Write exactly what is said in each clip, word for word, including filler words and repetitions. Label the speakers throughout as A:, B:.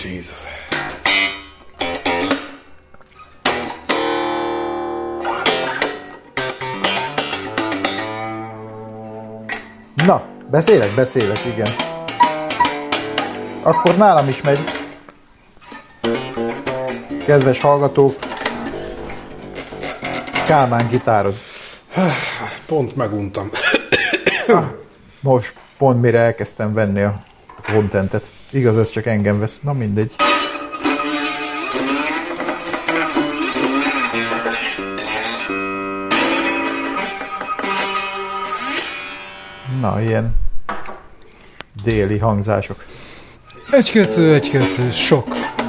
A: Jesus.
B: Na, beszélek, beszélek, igen. Akkor nálam is megy. Kedves hallgatók, Kálmán gitároz.
A: Pont meguntam.
B: Ah, most pont mire elkezdtem venni a contentet. Igaz, ez csak engem vesz. Na mindegy. Na, ilyen déli hangzások.
C: Egy-kettő, egy-kettő, sok.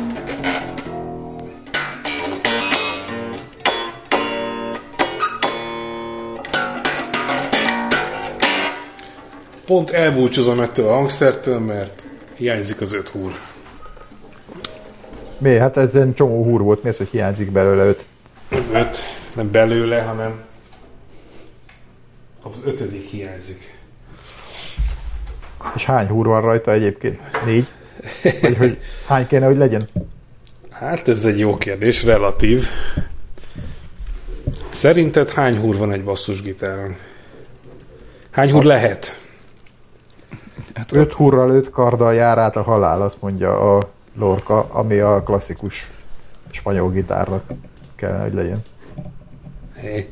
A: Pont elbúcsúzom ettől a hangszertől, mert hiányzik az öt húr.
B: Mi? Hát ez egy csomó húr volt, mi az, hogy hiányzik belőle öt?
A: Öt, nem belőle, hanem az ötödik hiányzik.
B: És hány húr van rajta egyébként? Négy? Vagy hogy hány kéne, hogy legyen?
A: Hát ez egy jó kérdés, relatív. Szerinted hány húr van egy basszusgitáron? Hány húr lehet?
B: Hát öt húrral, öt karddal jár át a halál, azt mondja a Lorca, ami a klasszikus spanyol gitárnak kellene, hogy legyen.
A: Hé.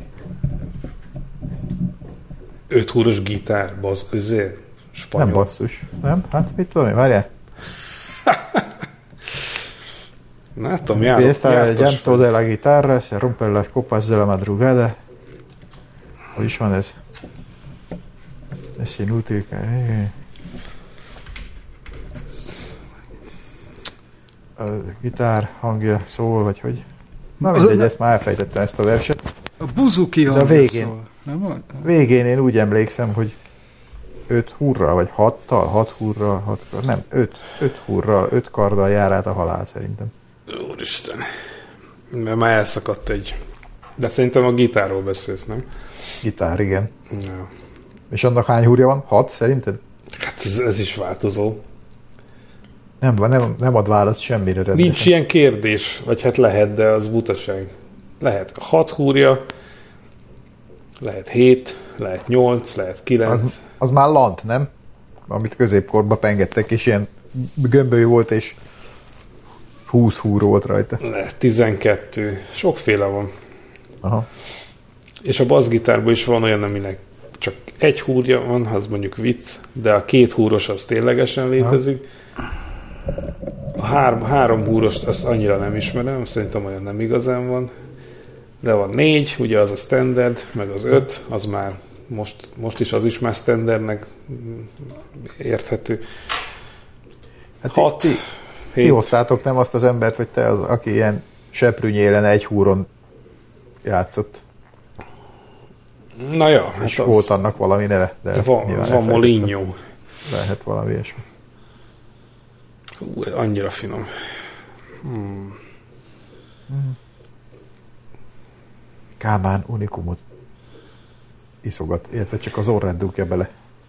A: Öt húros gitár, bassz, özé, spanyol.
B: Nem basszus, nem? Hát mit tudom én, várjál?
A: Látom, járok.
B: Empieza el llanto de la guitarra, se rompen las copas de la madrugada. Hogy is van ez? Ez inútil. A gitár hangja szól, vagy hogy? Na mindegy, ezt már elfejtettem, ezt a verset.
C: A buzuki hangja
B: végén,
C: szól. Nem volt?
B: Végén én úgy emlékszem, hogy öt húrral, vagy hattal, hat húrral, hat, nem, öt, öt húrral, öt karddal jár át a halál szerintem.
A: Úristen. Mert már elszakadt egy. De szerintem a gitárról beszélsz, nem?
B: Gitár, igen.
A: Ja.
B: És annak hány húrja van? Hat, szerinted?
A: Hát ez, ez is változó.
B: Nem, nem, nem ad választ semmire rendesen.
A: Nincs ilyen kérdés, vagy hát lehet, de az butaság. Lehet hat húrja, lehet hét, lehet nyolc, lehet kilenc.
B: Az, az már lant, nem? Amit középkorban pengettek, és ilyen gömbölyű volt, és húsz húr volt rajta.
A: Lehet tizenkettő. Sokféle van.
B: Aha.
A: És a basszgitárban is van olyan, aminek csak egy húrja van, az mondjuk vicc, de a két húros az ténylegesen létezik. A három, három húrost azt annyira nem ismerem, szerintem olyan nem igazán van. De van négy, ugye az a standard, meg az öt, az már most, most is az is már standardnek érthető.
B: Hát
A: hat,
B: ti, ti hoztátok nem azt az embert, vagy te az, aki ilyen seprűnyélen egy húron játszott.
A: Na ja,
B: és
A: hát
B: volt annak valami neve. De
A: van van Molinho.
B: Lehet valami ilyesmi.
A: Hú, annyira finom. Hmm.
B: Hmm. Kálmán unikumot iszogat, illetve csak az orrát dugja bele.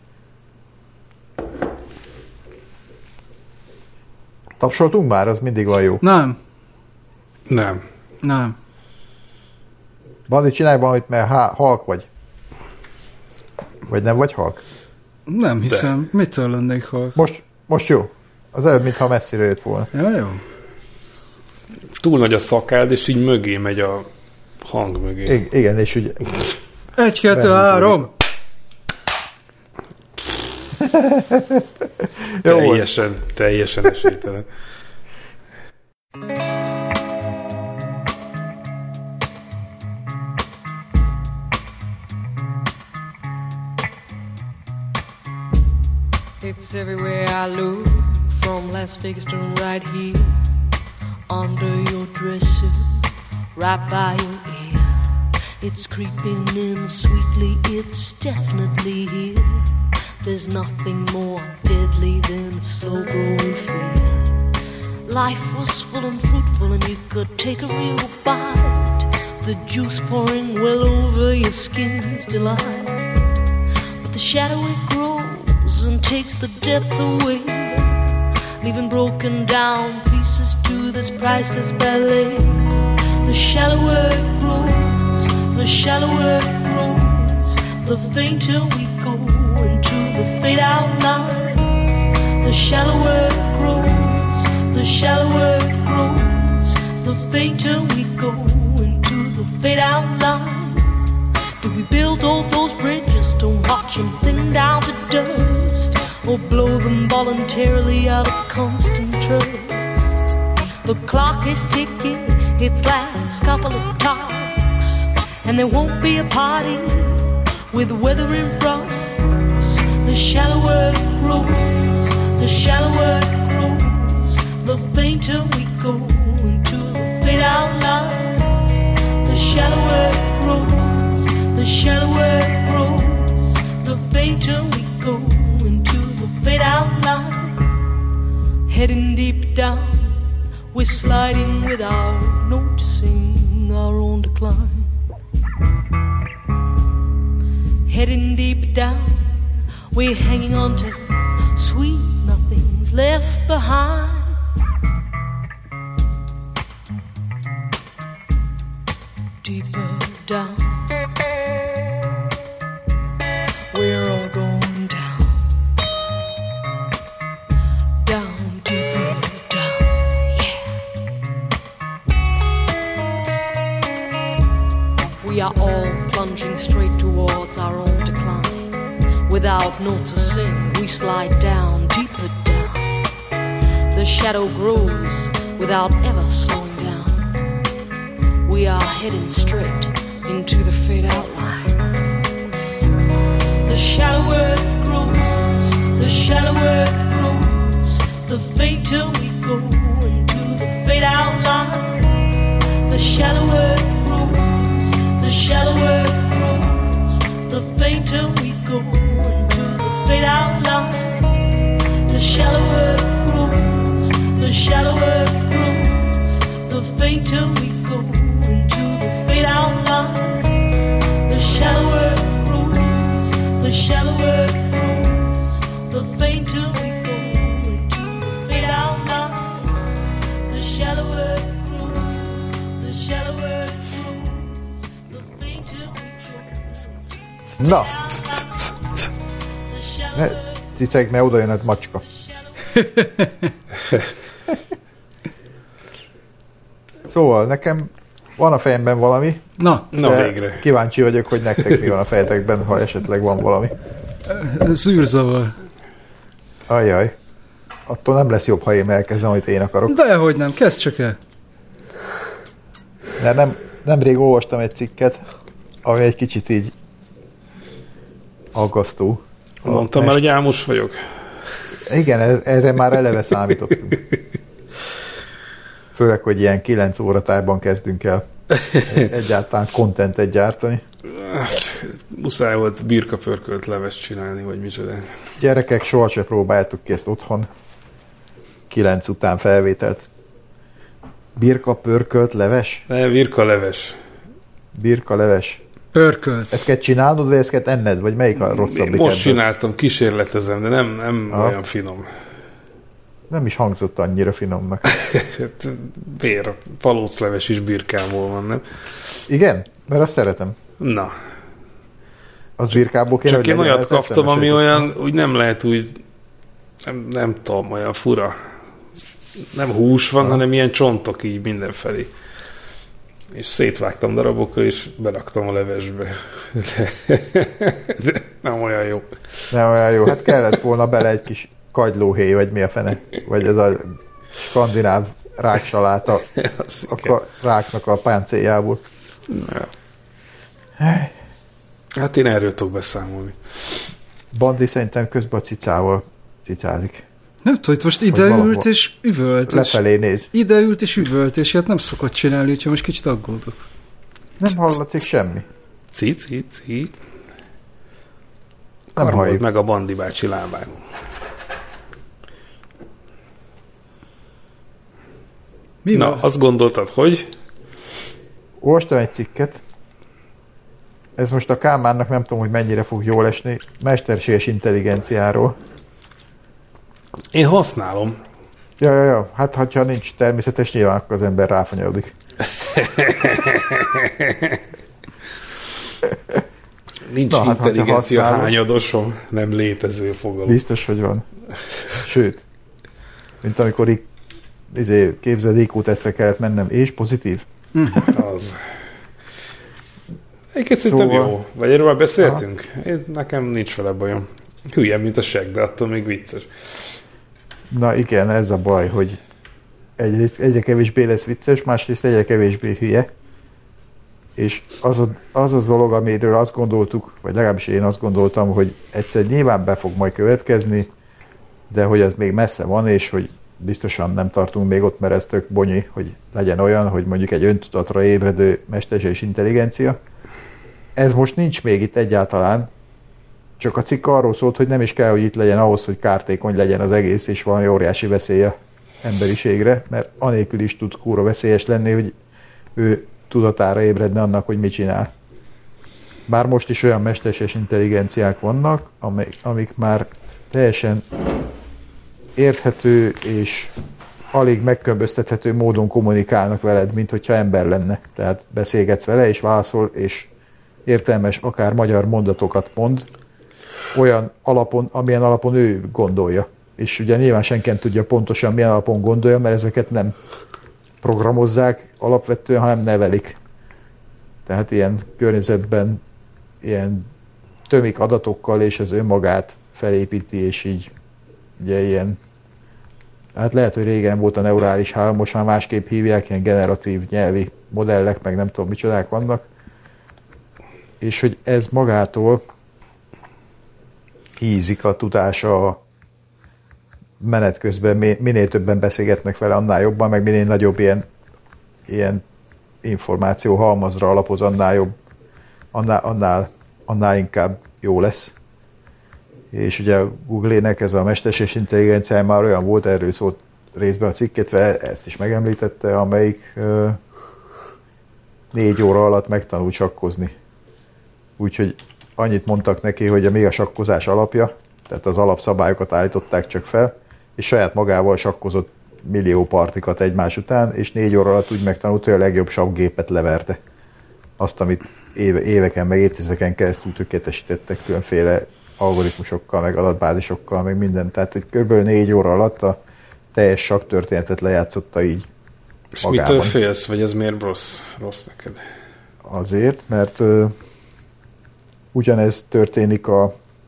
B: Tapsoltunk már? Az mindig van jó.
C: Nem.
A: Nem.
C: Nem.
B: Bandi, csinálj valamit, mert há- halk vagy. Vagy nem vagy halk?
C: Nem hiszem. De. Mitől lennék halk?
B: Most, most jó. Az előbb, mintha messzire jött volna.
C: Ja, jó.
A: Túl nagy a szakád, és így mögé megy a hang mögé.
B: I- igen, és ugye...
C: Egy, kettő, három!
A: Teljesen, teljesen esélytelen.
D: It's everywhere I look, from Las Vegas to right here, under your dresser, right by your ear. It's creeping in sweetly, it's definitely here. There's nothing more deadly than a slow-growing fear. Life was full and fruitful and you could take a real bite. The juice pouring well over your skin's delight. But the shadow it grows and takes the depth away, leaving broken down pieces dance to this priceless ballet. The shallower it grows, the shallower it grows, the fainter we go into the fade-out line. The shallower it grows, the shallower it grows, the fainter we go into the fade-out line. Do we build all those bridges to watch them thin down to dust, or blow them voluntarily out of constant trust? The clock is ticking its last couple of talks, and there won't be a party with the weather in front. The shallower it grows, the shallower it grows, the fainter we go into the fade-out line. The shallower it grows, the shallower it grows, the fainter we go into the fade-out line. Heading deep down, we're sliding without noticing our own decline. Heading deep down, we're hanging on to sweet nothings left behind. Deeper down, we're all going down. Down, deeper down, yeah. We are all plunging straight towards our own decline. Without noticing, we slide down, deeper down. The shadow grows without ever slowing down. We are heading straight into the fade-out line. The shallower it grows, the shallower it grows, the fainter we go into the fade-out line. The shallower it grows, the shallower it grows, the fainter we go into the fade-out line. The shallower it grows, the shallower it grows, the fainter we go into the fade-out line. The shallower it grows, the shallower it grows, the fainter we go into the fade-out line. The shallower it grows, the shallower it grows, the fainter we go.
B: Na! Ne, ciceg, mert oda jön egy macska. Szóval nekem van a fejemben valami.
C: Na,
A: Na végre.
B: Kíváncsi vagyok, hogy nektek mi van a fejetekben, ha esetleg van valami.
C: Zűrzavar.
B: Ajjaj. Attól nem lesz jobb, ha én elkezdem, amit én akarok.
C: Dehogy nem, kezd csak el.
B: Mert nem, nemrég olvastam egy cikket, ami egy kicsit így aggasztó.
A: Mondtam már, hogy álmos vagyok.
B: Igen, ez, erre már eleve számítottunk. Főleg, hogy ilyen kilenc óratában kezdünk el egyáltalán contentet gyártani.
A: Muszáj volt birkapörkölt levest csinálni, vagy micsoda.
B: Gyerekek, sohasem próbáljátok ki ezt otthon. Kilenc után felvételt. Birka pörkölt leves?
A: Ne, birka leves.
B: Birka leves.
C: Pörkölt.
B: Ezt kell csinálnod, vagy ezt kell enned? Vagy melyik a rosszabbik?
A: Most
B: ebből?
A: csináltam, kísérletezem, de nem, nem olyan finom.
B: Nem is hangzott annyira finomnak.
A: Bér, palócleves is birkából van, nem?
B: Igen? Mert azt szeretem.
A: Na.
B: Az birkából kéne,
A: Csak
B: hogy
A: én
B: legyen,
A: olyat
B: ezt
A: kaptam, ami
B: eszembe
A: olyan, úgy nem lehet úgy, nem, nem tudom, olyan fura. Nem hús van, ha. hanem ilyen csontok így mindenfelé. És szétvágtam darabokra, és beraktam a levesbe. De, de nem olyan jó.
B: Nem olyan jó. Hát kellett volna bele egy kis kagylóhéj, vagy mi a fene. Vagy ez a skandináv ráksaláta a ráknak a páncéljából.
A: Ja. Hát én erről tudok beszámolni.
B: Bandi szerintem közben a cicával cicázik.
C: Nem tudom, hogy most ide ült és üvölt.
B: Lefelé néz.
C: Ide ült és üvölt, és hát nem szokott csinálni, úgyhogy most kicsit aggódok.
B: Nem hallatszik semmi.
A: Ci, ci, ci.
B: Nem halljuk.
A: Meg a Bandi bácsi lábán.
C: Mi
A: Na,
C: van?
A: azt gondoltad, hogy?
B: Olvastam egy cikket. Ez most a Kálmánnak nem tudom, hogy mennyire fog jól esni. Mesterséges intelligenciáról.
A: Én használom.
B: Ja, ja, ja. Hát, ha nincs természetes, nyilván akkor az ember ráfanyarodik.
A: Nincs Na, intelligencia hát, hányadosom, nem létező fogalom.
B: Biztos, hogy van. Sőt, mint amikor így izé, képzeld, í kú tesztre kellett mennem, és pozitív.
A: Az. Egyébként szerintem szóval... jó. Vagy erről már beszéltünk? Én, nekem nincs vele bajom. Hülye, mint a seg, de attól még vicces.
B: Na igen, ez a baj, hogy egyrészt egyre kevésbé lesz vicces, másrészt egyre kevésbé hülye. És az a, az az dolog, amiről azt gondoltuk, vagy legalábbis én azt gondoltam, hogy egyszer nyilván be fog majd következni, de hogy ez még messze van, és hogy biztosan nem tartunk még ott, mert ez tök bonyi, hogy legyen olyan, hogy mondjuk egy öntudatra ébredő mesterséges intelligencia. Ez most nincs még itt egyáltalán, csak a cikk arról szólt, hogy nem is kell, hogy itt legyen ahhoz, hogy kártékony legyen az egész, és valami óriási veszélye emberiségre, mert anélkül is tud kúra veszélyes lenni, hogy ő tudatára ébredne annak, hogy mit csinál. Bár most is olyan mesterséges intelligenciák vannak, amik, amik már teljesen érthető és alig megkülönböztethető módon kommunikálnak veled, mint hogyha ember lenne. Tehát beszélgetsz vele, és válaszol, és értelmes, akár magyar mondatokat mond, olyan alapon, amilyen alapon ő gondolja. És ugye nyilván senki nem tudja pontosan, milyen alapon gondolja, mert ezeket nem programozzák alapvetően, hanem nevelik. Tehát ilyen környezetben ilyen tömik adatokkal, és az önmagát felépíti, és így ugye ilyen, hát lehet, hogy régen volt a neurális háló, most már másképp hívják, ilyen generatív nyelvi modellek, meg nem tudom micsodák vannak, és hogy ez magától hízik a tudása a menet közben, minél többen beszélgetnek vele, annál jobban, meg minél nagyobb ilyen, ilyen információ halmazra alapoz, annál jobb, annál, annál, annál inkább jó lesz. És ugye a Google-nek ez a mesterséges intelligencia már olyan volt, erről szólt részben a cikketve, ezt is megemlítette, amelyik uh, négy óra alatt megtanult sakkozni. Úgyhogy annyit mondtak neki, hogy a még a sakkozás alapja, tehát az alapszabályokat állították csak fel, és saját magával sakkozott millió partikat egymás után, és négy óra alatt úgy megtanult, hogy a legjobb sakkgépet leverte. Azt, amit éve, éveken, meg évtizedeken keresztül tökéletesítettek különféle algoritmusokkal, meg adatbázisokkal, meg minden. Tehát egy kb. négy óra alatt a teljes sakktörténetet lejátszotta így
A: és
B: magában.
A: És mitől félsz, vagy ez miért rossz, rossz neked?
B: Azért, mert uh, ugyanez történik a,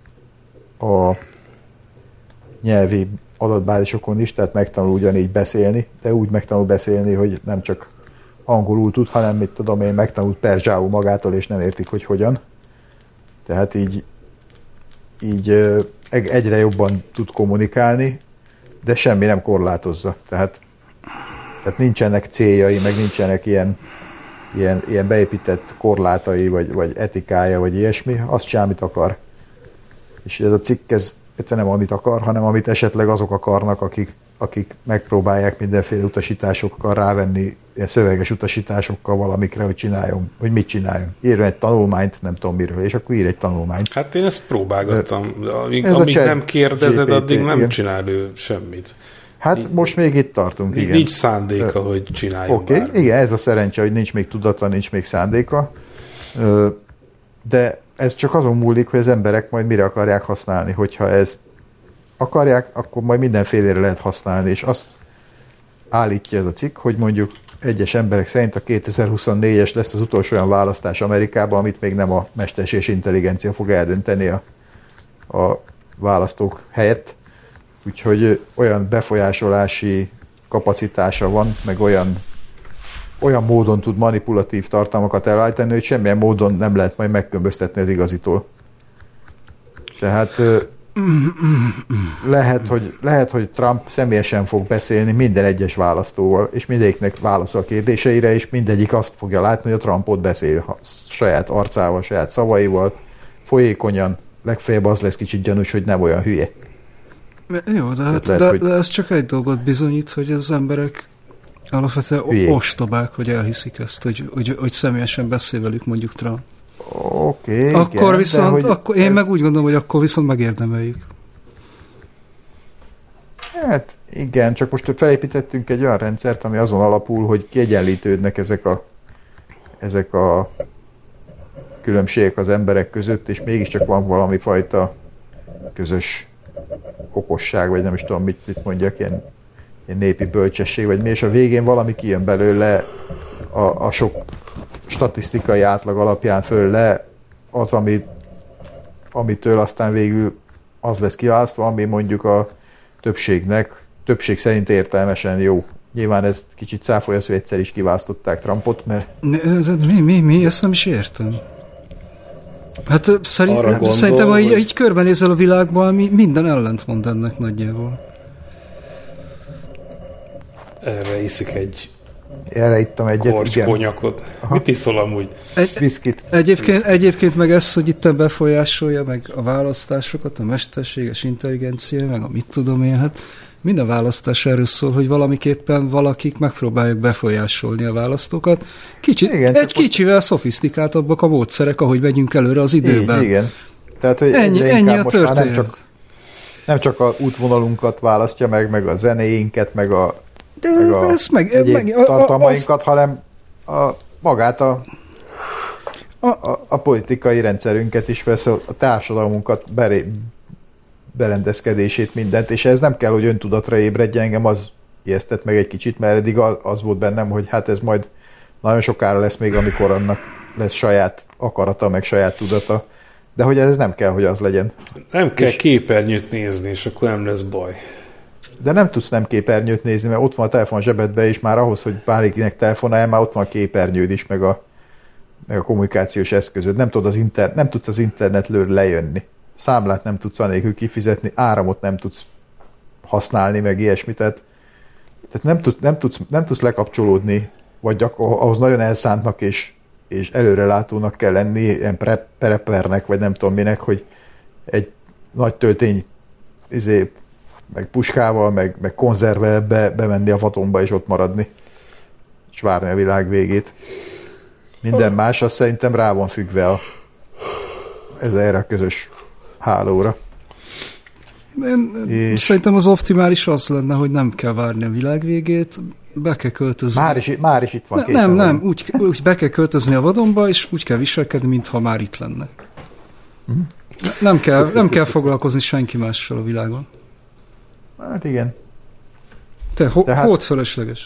B: a nyelvi adatbázisokon is, tehát megtanul ugyanígy beszélni, de úgy megtanul beszélni, hogy nem csak angolul tud, hanem mit tudom én, megtanult perzsául magától, és nem értik, hogy hogyan. Tehát így, így egyre jobban tud kommunikálni, de semmi nem korlátozza. Tehát, tehát nincsenek céljai, meg nincsenek ilyen, ilyen, ilyen beépített korlátai, vagy, vagy etikája, vagy ilyesmi. Azt sem, amit akar. És ez a cikk, ez nem amit akar, hanem amit esetleg azok akarnak, akik, akik megpróbálják mindenféle utasításokkal rávenni, ilyen szöveges utasításokkal valamikre, hogy csináljon, hogy mit csináljon. Írjon egy tanulmányt, nem tudom miről, és akkor ír egy tanulmányt.
A: Hát én ezt próbálgattam. Amíg, amíg nem kérdezed, gé pé té, addig nem igen. Csinál ő semmit.
B: Hát így, most még itt tartunk, igen.
A: Nincs szándéka, uh, hogy csináljon
B: Oké, okay, igen, ez a szerencse, hogy nincs még tudata, nincs még szándéka. Uh, de ez csak azon múlik, hogy az emberek majd mire akarják használni. Hogyha ezt akarják, akkor majd mindenfélére lehet használni, és azt állítja ez a cikk, hogy mondjuk egyes emberek szerint a kétezer-huszonnégyes lesz az utolsó olyan választás Amerikában, amit még nem a mesterséges intelligencia fog eldönteni a, a választók helyett. Úgyhogy olyan befolyásolási kapacitása van, meg olyan olyan módon tud manipulatív tartalmakat elállítani, hogy semmilyen módon nem lehet majd megkülönböztetni az igazitól. Tehát lehet hogy, lehet, hogy Trump személyesen fog beszélni minden egyes választóval, és mindegyiknek válaszol a kérdéseire, és mindegyik azt fogja látni, hogy a Trumpot beszél saját arcával, saját szavaival, folyékonyan, legfeljebb az lesz kicsit gyanús, hogy nem olyan hülye.
C: Jó, de, hát, lehet, de, hogy... de ez csak egy dolgot bizonyít, hogy az emberek alapvetően hülyék. Ostobák, hogy elhiszik ezt, hogy, hogy, hogy személyesen beszél velük mondjuk Trump.
B: Oké, okay,
C: akkor igen, viszont, de, akkor én ez... meg úgy gondolom, hogy akkor viszont megérdemeljük.
B: Hát Igen, csak most felépítettünk egy olyan rendszert, ami azon alapul, hogy kiegyenlítődnek ezek a, ezek a különbségek az emberek között, és mégiscsak van valami fajta közös okosság, vagy nem is tudom, mit, mit mondjak, ilyen, ilyen népi bölcsesség, vagy mi, és a végén valami kijön belőle a, a sok statisztikai átlag alapján föl le az, ami, amitől aztán végül az lesz kiválasztva, ami mondjuk a többségnek, többség szerint értelmesen jó. Nyilván ez kicsit cáfolja, hogy egyszer is kiválasztották Trumpot, mert...
C: Mi, mi, mi? Ezt nem is értem. Hát szerint, szerintem, ha így, hogy... így körbenézel a világban, minden ellentmond ennek nagyjából.
A: Erre iszik egy
B: Erre ittam egyet,
A: korcs
B: igen.
A: konyakot. Mit iszol amúgy?
C: Egy, Viszkit. Egyébként, egyébként meg ez, hogy itt befolyásolja meg a választásokat, a mesterséges intelligencia, meg a mit tudom én, hát minden választás erről szól, hogy valamiképpen valakik megpróbálják befolyásolni a választókat. Kicsi, igen, egy kicsivel most... szofisztikáltabbak a módszerek, ahogy megyünk előre az időben.
B: Igen, igen. Tehát, hogy
C: ennyi, ennyi a történet.
B: Nem csak, nem csak a útvonalunkat választja meg, meg a zenéinket, meg a, meg a meg, meg, a, tartalmainkat, az... hanem a, magát a, a, a, a politikai rendszerünket is, persze a társadalmunkat beré, berendezkedését, mindent, és ez nem kell, hogy öntudatra ébredje, engem az ijesztett meg egy kicsit, mert eddig az volt bennem, hogy hát ez majd nagyon sokára lesz még, amikor annak lesz saját akarata, meg saját tudata, de hogy ez nem kell, hogy az legyen.
A: Nem kell és... képernyőt nézni, és akkor nem lesz baj.
B: De nem tudsz nem képernyőt nézni, mert ott van a telefon zsebedbe, és már ahhoz, hogy bárkinek telefonálja, már ott van a képernyőd is, meg a, meg a kommunikációs eszközöd. Nem, tudod az inter... nem tudsz az internetről lejönni. Számlát nem tudsz anélkül kifizetni, áramot nem tudsz használni, meg ilyesmit. Tehát, tehát nem, tud, nem, tudsz, nem tudsz lekapcsolódni, vagy gyakor, ahhoz nagyon elszántnak és, és előrelátónak kell lenni, ilyen prepernek, vagy nem tudom minek, hogy egy nagy töltény izé, meg puskával, meg, meg konzervvel be, bemenni a vatomba és ott maradni. És várni a világ végét. Minden más, azt szerintem rá van függve a, ez erre a közös hálóra.
C: Én és szerintem az optimális az lenne, hogy nem kell várni a világ végét, be kell költözni.
B: Már is, már is itt van.
C: Ne, nem, nem, úgy, úgy be kell költözni a vadonba, és úgy kell viselkedni, mintha már itt lenne. Uh-huh. Nem kell, nem kell foglalkozni senki mással a világon.
B: Hát igen.
C: Te, ho, hát, hót fölösleges.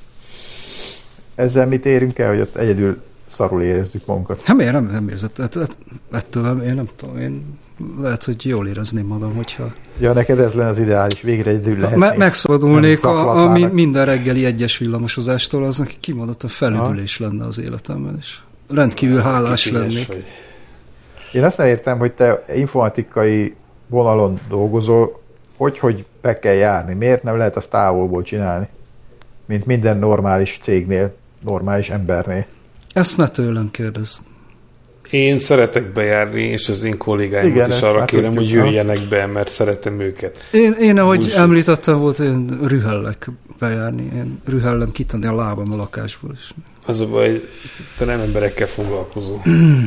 B: Ezzel mit érünk el, hogy ott egyedül szarul érezzük magunkat?
C: Hát miért nem, nem érzed? Hát, hát, ettől nem, én nem tudom, én lehet, hogy jól érezném magam, hogyha...
B: Ja, neked ez lenne az ideális, végre egyedül lehetnék.
C: Me- megszabadulnék a, a minden reggeli egyes villamosozástól, az neki kimondottan felüdülés lenne az életemben, és rendkívül hálás lennék. Vagy.
B: Én azt nem értem, hogy te informatikai vonalon dolgozol, hogy, hogy be kell járni. Miért nem lehet azt távolból csinálni? Mint minden normális cégnél, normális embernél.
C: Ezt ne tőlem kérdezd.
A: Én szeretek bejárni, és az én kollégáimat igen, is arra kérem, hogy jöjjenek be, mert szeretem őket.
C: Én, én ahogy Búsít. említettem volt, én rühellek bejárni. Én rühellem kitenni a lábam a lakásból is.
A: Az a baj, te nem emberekkel foglalkozol.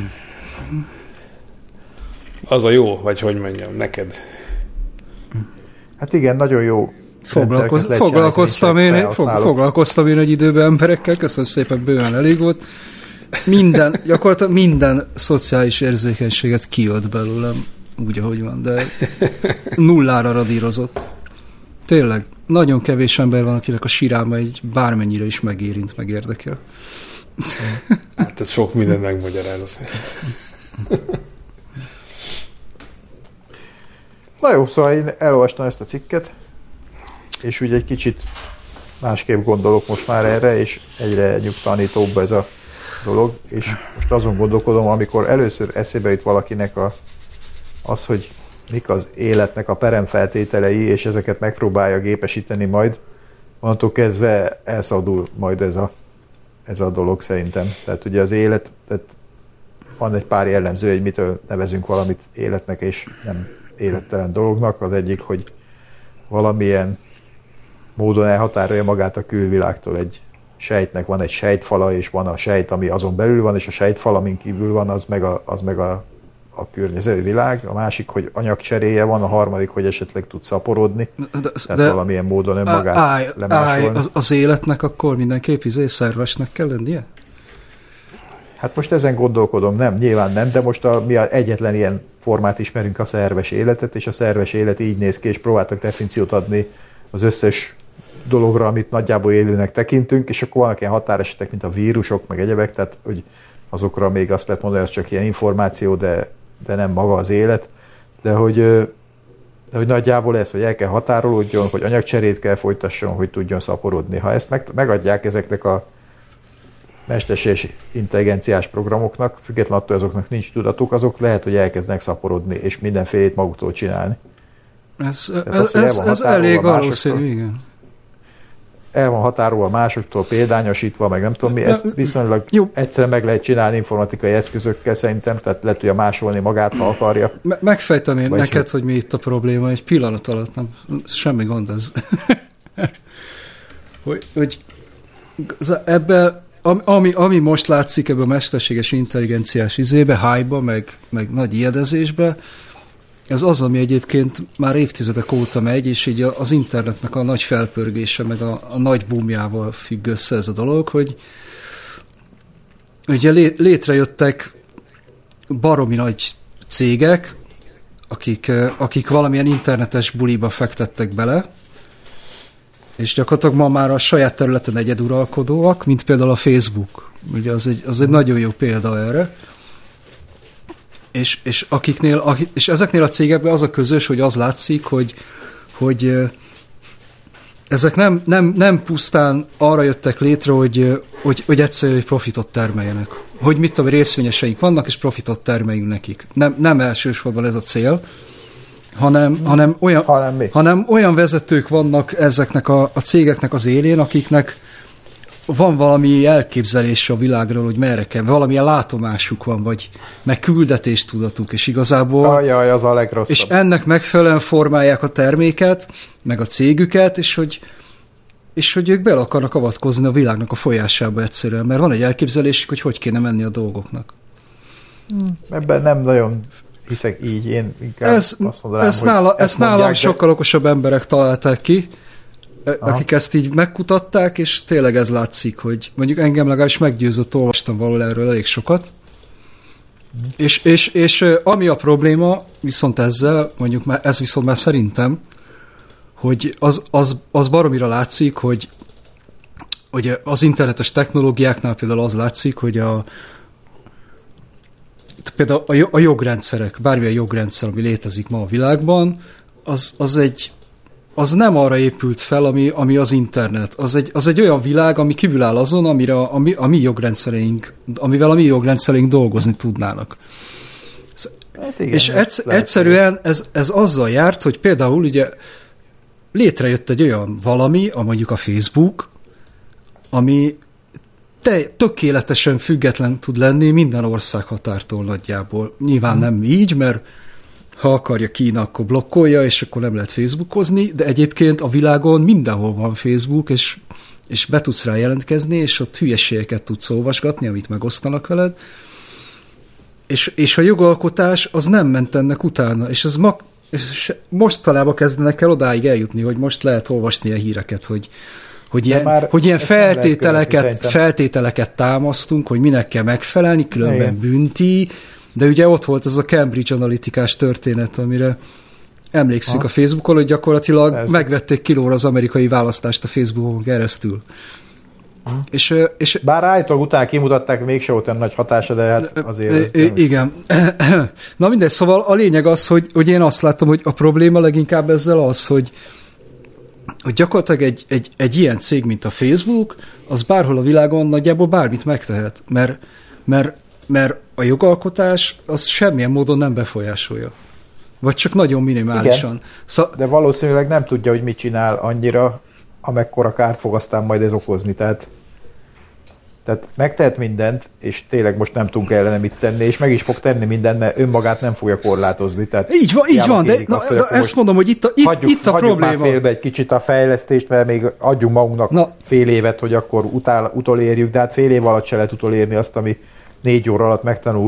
A: Az a jó, vagy hogy mondjam, neked.
B: Hát igen, nagyon jó.
C: Foglalkoz, foglalkoztam, én, fog, foglalkoztam én egy időben emberekkel, köszönöm szépen, bőven elég volt. Minden, gyakorlatilag minden szociális érzékenységet kijött belőlem, úgy, ahogy van, de nullára radírozott. Tényleg, nagyon kevés ember van, akinek a sírálma egy bármennyire is megérint, megérdekel.
A: Hát ez sok minden megmagyaráz.
B: Na jó, szóval én elolvastam ezt a cikket, és úgy egy kicsit másképp gondolok most már erre, és egyre nyugtalanítóbb ez a dolog, és most azon gondolkodom, amikor először eszébe jut valakinek a, az, hogy mik az életnek a peremfeltételei, és ezeket megpróbálja gépesíteni majd, onnantól kezdve elszabadul majd ez a, ez a dolog szerintem. Tehát ugye az élet, tehát van egy pár jellemző, hogy mitől nevezünk valamit életnek, és nem élettelen dolognak. Az egyik, hogy valamilyen módon elhatárolja magát a külvilágtól. Egy sejtnek van egy sejtfala, és van a sejt, ami azon belül van, és a sejtfal, amin kívül van, az meg a, az meg a, a környező világ, a másik, hogy anyagcseréje van, a harmadik, hogy esetleg tud szaporodni, de, tehát de, valamilyen módon önmagát állj, lemásolni. Állj,
C: az, az életnek akkor mindenképp izé szervesnek kell lennie?
B: Hát most ezen gondolkodom, nem, nyilván nem, de most a, mi a egyetlen ilyen formát ismerünk, a szerves életet, és a szerves élet így néz ki, és próbáltak definíciót adni az összes dologra, amit nagyjából élőnek tekintünk, és akkor vannak ilyen határesetek, mint a vírusok, meg egyebek, tehát hogy azokra még azt lehet mondani, hogy az csak ilyen információ, de, de nem maga az élet, de hogy, de hogy nagyjából ez, hogy el kell határolódjon, hogy anyagcserét kell folytasson, hogy tudjon szaporodni. Ha ezt meg, megadják ezeknek a mesterséges intelligenciás programoknak, függetlenül attól azoknak nincs tudatuk, azok lehet, hogy elkezdenek szaporodni, és mindenfélét maguktól csinálni.
C: Ez, ez, ez, ez elég valószínű, igen.
B: El van határolva másoktól, példányosítva, meg nem tudom mi, ezt viszonylag jó. Egyszerűen meg lehet csinálni informatikai eszközökkel szerintem, tehát le tudja másolni magát, ha akarja.
C: Me- megfejtem én Vagy neked, hogy mi itt a probléma, egy pillanat alatt nem, semmi gond ez. hogy, hogy ebben, ami, ami most látszik ebben a mesterséges intelligenciás izébe, hype-ba, meg, meg nagy ijedezésbe, ez az, ami egyébként már évtizedek óta megy, és így az internetnek a nagy felpörgése, meg a, a nagy boomjával függ össze ez a dolog, hogy ugye lé, létrejöttek baromi nagy cégek, akik, akik valamilyen internetes buliba fektettek bele, és gyakorlatilag ma már a saját területen egyeduralkodóak, mint például a Facebook. Ugye az egy, az egy nagyon jó példa erre. És, és, akiknél, és ezeknél a cégekben az a közös, hogy az látszik, hogy, hogy ezek nem, nem, nem pusztán arra jöttek létre, hogy, hogy, hogy egyszerűen profitot termeljenek. Hogy mit tudom, részvényeseink vannak, és profitot termeljünk nekik. Nem, nem elsősorban ez a cél, hanem, hanem, olyan, hanem, hanem olyan vezetők vannak ezeknek a, a cégeknek az élén, akiknek van valami elképzelés a világról, hogy merre kell, valamilyen látomásuk van, vagy meg küldetéstudatuk, és igazából...
B: Ajaj, az a legrosszabb.
C: És ennek megfelelően formálják a terméket, meg a cégüket, és hogy, és hogy ők bele akarnak avatkozni a világnak a folyásába egyszerűen, mert van egy elképzelésük, hogy hogy kéne menni a dolgoknak.
B: Hmm. Ebben nem nagyon hiszek így, én inkább ez, azt mondanám,
C: ezt nála, ezt nálam mondják, sokkal de... okosabb emberek találták ki, Aha. akik ezt így megkutatták, és tényleg ez látszik, hogy mondjuk engem legalábbis meggyőzött, olvastam valahol erről elég sokat, mm. és, és, és ami a probléma, viszont ezzel, mondjuk ez viszont már szerintem, hogy az, az, az baromira látszik, hogy, hogy az internetes technológiáknál például az látszik, hogy a például a jogrendszerek, bármilyen jogrendszer, ami létezik ma a világban, az, az egy az nem arra épült fel, ami, ami az internet. Az egy, az egy olyan világ, ami kívül áll azon, amire a, mi, a mi jogrendszereink, amivel a mi jogrendszereink dolgozni tudnának. Hát igen, és egyszer, egyszerűen ez, ez azzal járt, hogy például ugye létrejött egy olyan valami, a mondjuk a Facebook, ami te, tökéletesen független tud lenni minden ország határtól nagyjából. Nyilván hmm. nem így, mert ha akarja Kína, akkor blokkolja, és akkor nem lehet Facebookozni, de egyébként a világon mindenhol van Facebook, és, és be tudsz rá jelentkezni, és ott hülyeségeket tudsz olvasgatni, amit megosztanak veled, és, és a jogalkotás az nem ment ennek utána, és ez ma, és mostanában kezdenek el odáig eljutni, hogy most lehet olvasni ilyen híreket, hogy, hogy ilyen, hogy ilyen feltételeket, feltételeket támasztunk, hogy minek kell megfelelni, különben bünti. De ugye ott volt ez a Cambridge Analytikás történet, amire emlékszünk ha. a Facebookon, hogy gyakorlatilag Persze. megvették kilóra az amerikai választást a Facebookon keresztül. Hm. És, és,
B: Bár állítólag utána kimutatták, mégse volt olyan nagy hatása, de hát azért...
C: E, igen. Na mindegy, szóval a lényeg az, hogy, hogy én azt látom, hogy a probléma leginkább ezzel az, hogy, hogy gyakorlatilag egy, egy, egy ilyen cég, mint a Facebook, az bárhol a világon nagyjából bármit megtehet, mert, mert mert a jogalkotás az semmilyen módon nem befolyásolja. Vagy csak nagyon minimálisan.
B: Szó... De valószínűleg nem tudja, hogy mit csinál annyira, amekkora kárt fog aztán majd ez okozni. Tehát, tehát megtehet mindent, és tényleg most nem tudunk ellene mit tenni, és meg is fog tenni mindent, mert önmagát nem fogja korlátozni. Tehát
C: így van, így van, de, na, azt, de ezt mondom, hogy itt a, itt, hagyjuk, itt a
B: hagyjuk
C: probléma.
B: Hagyjuk már félbe egy kicsit a fejlesztést, mert még adjunk magunknak na. fél évet, hogy akkor utál, utolérjük, de hát fél év alatt se lehet utolérni azt, ami négy óra alatt megtanul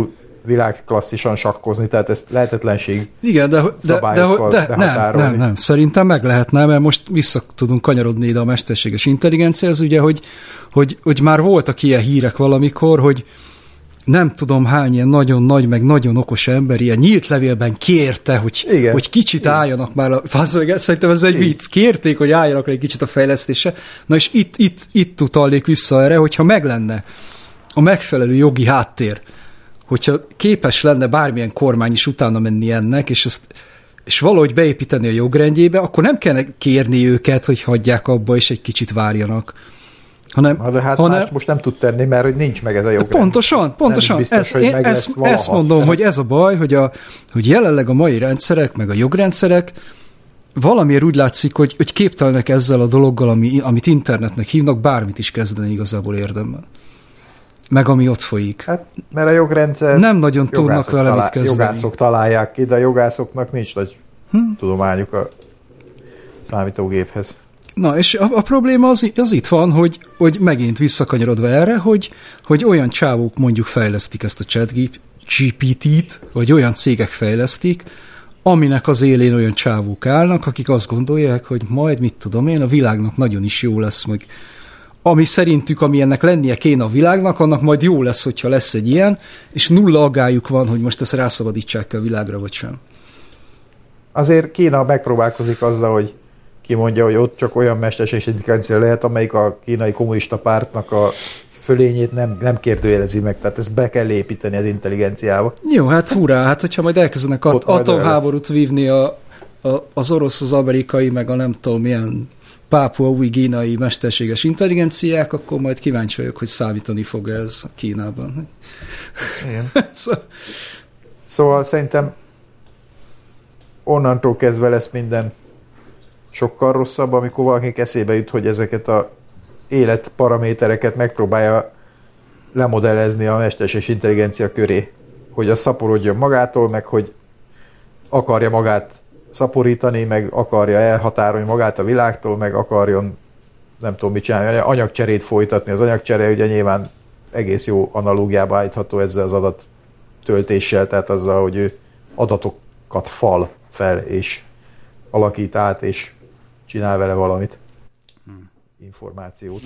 B: világklasszisan sakkozni, tehát ezt lehetetlenség
C: igen, de, de, de, de nem, nem, nem, szerintem meg lehetne, mert most vissza tudunk kanyarodni ide a mesterséges intelligenciához, ugye, hogy, hogy, hogy már voltak ilyen hírek valamikor, hogy nem tudom hány ilyen nagyon nagy, meg nagyon okos ember ilyen nyílt levélben kérte, hogy, hogy kicsit igen. álljanak már, a, szerintem ez egy igen. vicc, kérték, hogy álljanak egy kicsit a fejlesztése, na és itt, itt, itt utalnék vissza erre, hogyha meg lenne a megfelelő jogi háttér, hogyha képes lenne bármilyen kormány is utána menni ennek, és ezt és valahogy beépíteni a jogrendjébe, akkor nem kell kérni őket, hogy hagyják abba, és egy kicsit várjanak. Hanem,
B: Na de hát
C: hanem,
B: más most nem tud tenni, mert hogy nincs meg ez a jogrend.
C: Pontosan, pontosan. Biztos, ez, hogy meg ezt, ezt mondom, hogy ez a baj, hogy, a, hogy jelenleg a mai rendszerek, meg a jogrendszerek valamiért úgy látszik, hogy, hogy képtelenek ezzel a dologgal, ami, amit internetnek hívnak, bármit is kezdeni igazából érdemben. Meg ami ott folyik.
B: Hát, mert a jogrendszer...
C: Nem nagyon tudnak vele talál, mit kezdeni.
B: Jogászok találják ki, de a jogászoknak nincs nagy hm? tudományuk a számítógéphez.
C: Na, és a, a probléma az, az itt van, hogy, hogy megint visszakanyarodva erre, hogy, hogy olyan csávók mondjuk fejlesztik ezt a chat gé pé té-t, vagy olyan cégek fejlesztik, aminek az élén olyan csávók állnak, akik azt gondolják, hogy majd, mit tudom én, a világnak nagyon is jó lesz, meg ami szerintük, ami ennek lennie kéne a világnak, annak majd jó lesz, hogyha lesz egy ilyen, és nulla aggályuk van, hogy most ezt rászabadítsák a világra, vagy sem.
B: Azért Kína megpróbálkozik azzal, hogy kimondja, hogy ott csak olyan mesterséges intelligencia lehet, amelyik a kínai kommunista pártnak a fölényét nem, nem kérdőjelezi meg, tehát ezt be kell építeni az intelligenciába.
C: Jó, hát hurrá, hát hogyha majd elkezdenek at- atomháborút vívni a, a, az orosz, az amerikai, meg a nem tudom milyen Pápua új gínai mesterséges intelligenciák, akkor majd kíváncsi vagyok, hogy számítani fog ez Kínában.
B: Igen. szóval... szóval szerintem onnantól kezdve lesz minden sokkal rosszabb, amikor valakinek eszébe jut, hogy ezeket a életparamétereket megpróbálja lemodellezni a mesterséges intelligencia köré. Hogy az szaporodjon magától, meg hogy akarja magát szaporítani, meg akarja elhatárolni magát a világtól, meg akarjon nem tudom mit csinálni, anyagcserét folytatni. Az anyagcsere ugye nyilván egész jó analógiába állítható ezzel az adattöltéssel, tehát azzal, hogy ő adatokat fal fel, és alakít át, és csinál vele valamit. Hmm. Információt.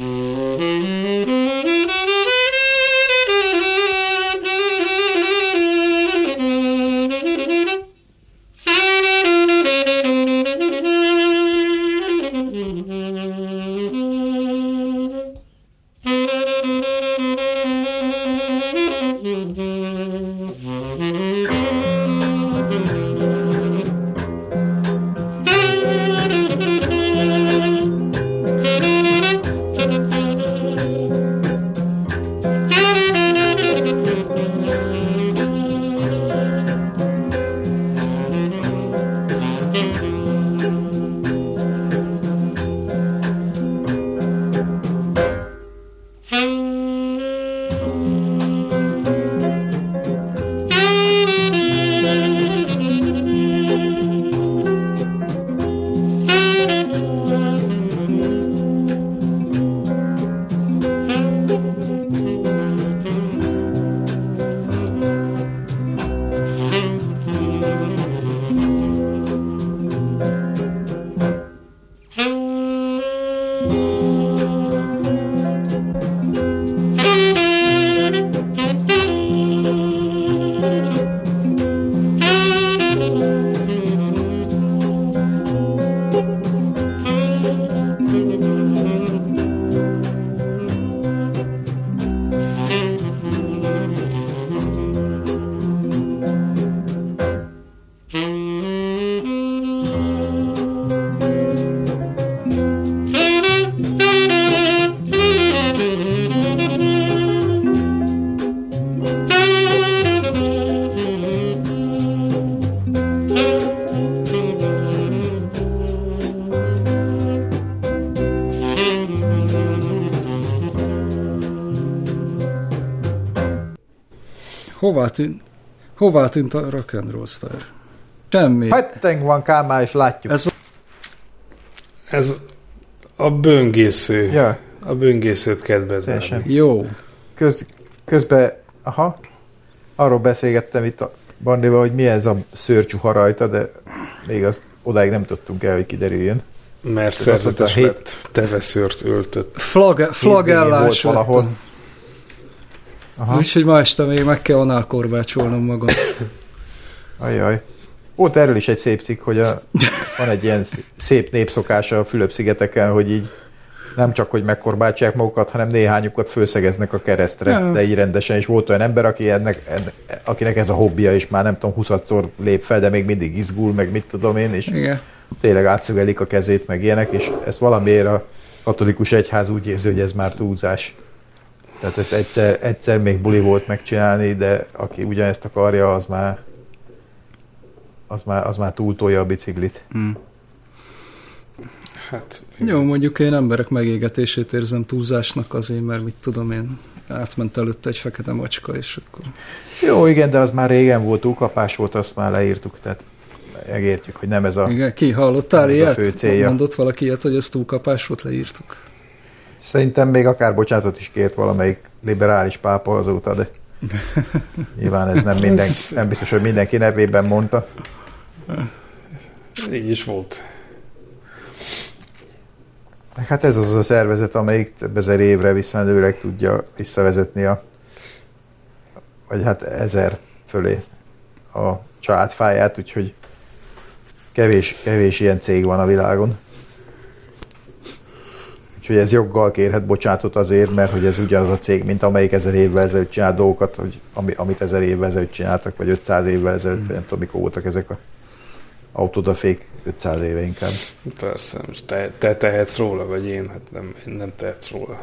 C: Hová tűnt, hová tűnt a rock and roll star? Semmi.
B: Hagytánk van Kálmán, és látjuk.
A: Ez, ez a böngésző.
B: Ja.
A: A böngészőt kedvezem.
C: Jó.
B: Köz, közben, aha. arról beszélgettem itt a Bandival, hogy mi ez a szőrcsuha rajta, de még azt odáig nem tudtunk el, hogy kiderüljön.
A: Mert szerzetes hét... lett, teveszőrt öltött.
C: Flag, flagellás
B: valahol.
C: Úgyhogy ma este még meg kell análkorbácsolnom magam.
B: Ajjaj. Volt erről is egy szép cikk, hogy a, van egy ilyen szép népszokása a Fülöp-szigeteken, hogy így nem csak, hogy megkorbácsolják magukat, hanem néhányukat főszegeznek a keresztre, ja. De így rendesen. És volt olyan ember, aki ennek, ennek, akinek ez a hobbija, és már nem tudom, huszadszor lép fel, de még mindig izgul, meg mit tudom én, és igen. Tényleg átszögelik a kezét, meg ilyenek, és ezt valamiért a katolikus egyház úgy érzi, hogy ez már túlzás. Tehát ez egyszer, egyszer még buli volt megcsinálni, de aki ugyanezt akarja, az már az már, az már túltolja a biciklit. Hmm.
C: Hát, jó, mondjuk én emberek megégetését érzem túlzásnak azért, mert mit tudom én, átment előtte egy fekete macska, és akkor...
B: Jó, igen, de az már régen volt, túlkapás volt, azt már leírtuk, tehát megértjük, hogy nem ez a,
C: igen, ki hallottál ilyet?
B: A fő célja.
C: Mondott valaki ilyet, hogy ez túlkapás volt, leírtuk?
B: Szerintem még akár bocsánatot is kért valamelyik liberális pápa azóta, de nyilván ez nem, minden, nem biztos, hogy mindenki nevében mondta.
A: Így is volt.
B: Hát ez az a szervezet, amelyik több ezer évre visszamenőleg tudja visszavezetni a, vagy hát ezer fölé a családfáját, úgyhogy kevés, kevés ilyen cég van a világon. Úgyhogy ez joggal kérhet bocsánatot azért, mert hogy ez ugyanaz a cég, mint amelyik ezer évvel ezelőtt csinál dolgokat, hogy ami, amit ezer évvel ezelőtt csináltak, vagy ötszáz évvel ezelőtt, mm. nem tudom, mikor voltak ezek a autódafék, ötszáz éve inkább.
A: Persze, most te, te tehetsz róla, vagy én? Hát nem, én nem tehetsz róla.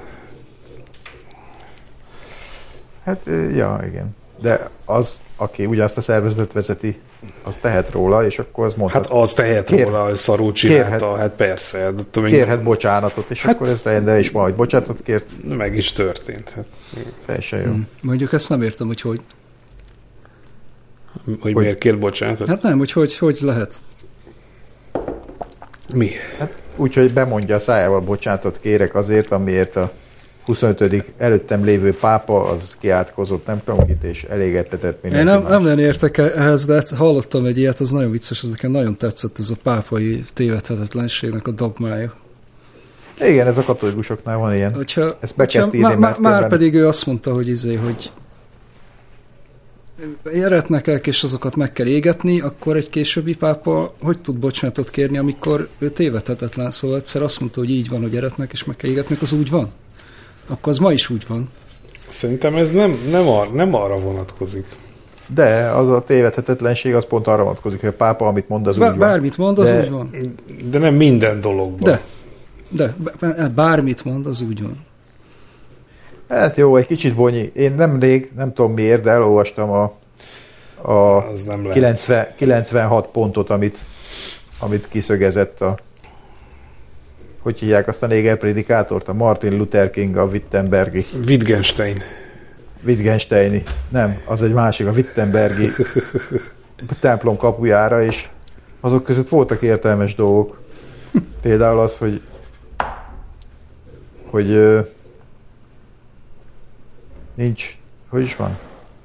B: Hát, ja, igen. De az, aki ugyanazt a szervezetet vezeti, az tehet róla, és akkor az mondhat.
A: Hát az tehet kér, róla, hogy szarul csinálta, kérhet, hát persze. De tudom,
B: kérhet én... bocsánatot, és hát, akkor ez tehet, de is valahogy bocsánatot kért.
A: Meg is történt. Hát.
B: Teljesen jó. Hmm.
C: Mondjuk ezt nem értem, hogy hogy.
A: Hogy, hogy miért kér bocsánatot?
C: Hát nem, hogy hogy, hogy lehet.
A: Mi?
B: Hát úgy, hogy bemondja a szájával, bocsánatot kérek azért, amiért a huszonötödik előttem lévő pápa az kiátkozott, nem tudom kit, és elégettetett mindenki.
C: Én nem, nem nagyon értek ehhez, de hallottam egy ilyet, az nagyon vicces, az nekem nagyon tetszett, ez a pápai tévedhetetlenségnek a dogmája.
B: Igen, ez a katolikusoknál van ilyen.
C: Hogyha,
B: ezt be kell írni,
C: má, már pedig ő azt mondta, hogy izé, hogy eretnekek, és azokat meg kell égetni, akkor egy későbbi pápa hogy tud bocsánatot kérni, amikor ő tévedhetetlen, szóval egyszer azt mondta, hogy így van, hogy eretnek, és meg kell égetnek, az úgy van? Akkor az ma is úgy van.
A: Szerintem ez nem, nem, ar, nem arra vonatkozik.
B: De az a tévedhetetlenség az pont arra vonatkozik, hogy a pápa, amit mond, az Bár, úgy
C: van. Bármit mond, az
B: de,
C: úgy van.
A: De nem minden dologban.
C: De, de bármit mond, az úgy van.
B: Hát jó, egy kicsit bonyi. Én nemrég, nem tudom miért, de elolvastam a, a kilencven, kilencvenhat pontot, amit, amit kiszögezett a hogy hívják azt a néger prédikátort? A Martin Luther King, a Wittenbergi.
A: Wittgenstein.
B: Wittgensteini. Nem, az egy másik, a Wittenbergi templom kapujára, és azok között voltak értelmes dolgok. Például az, hogy hogy nincs, hogy is van?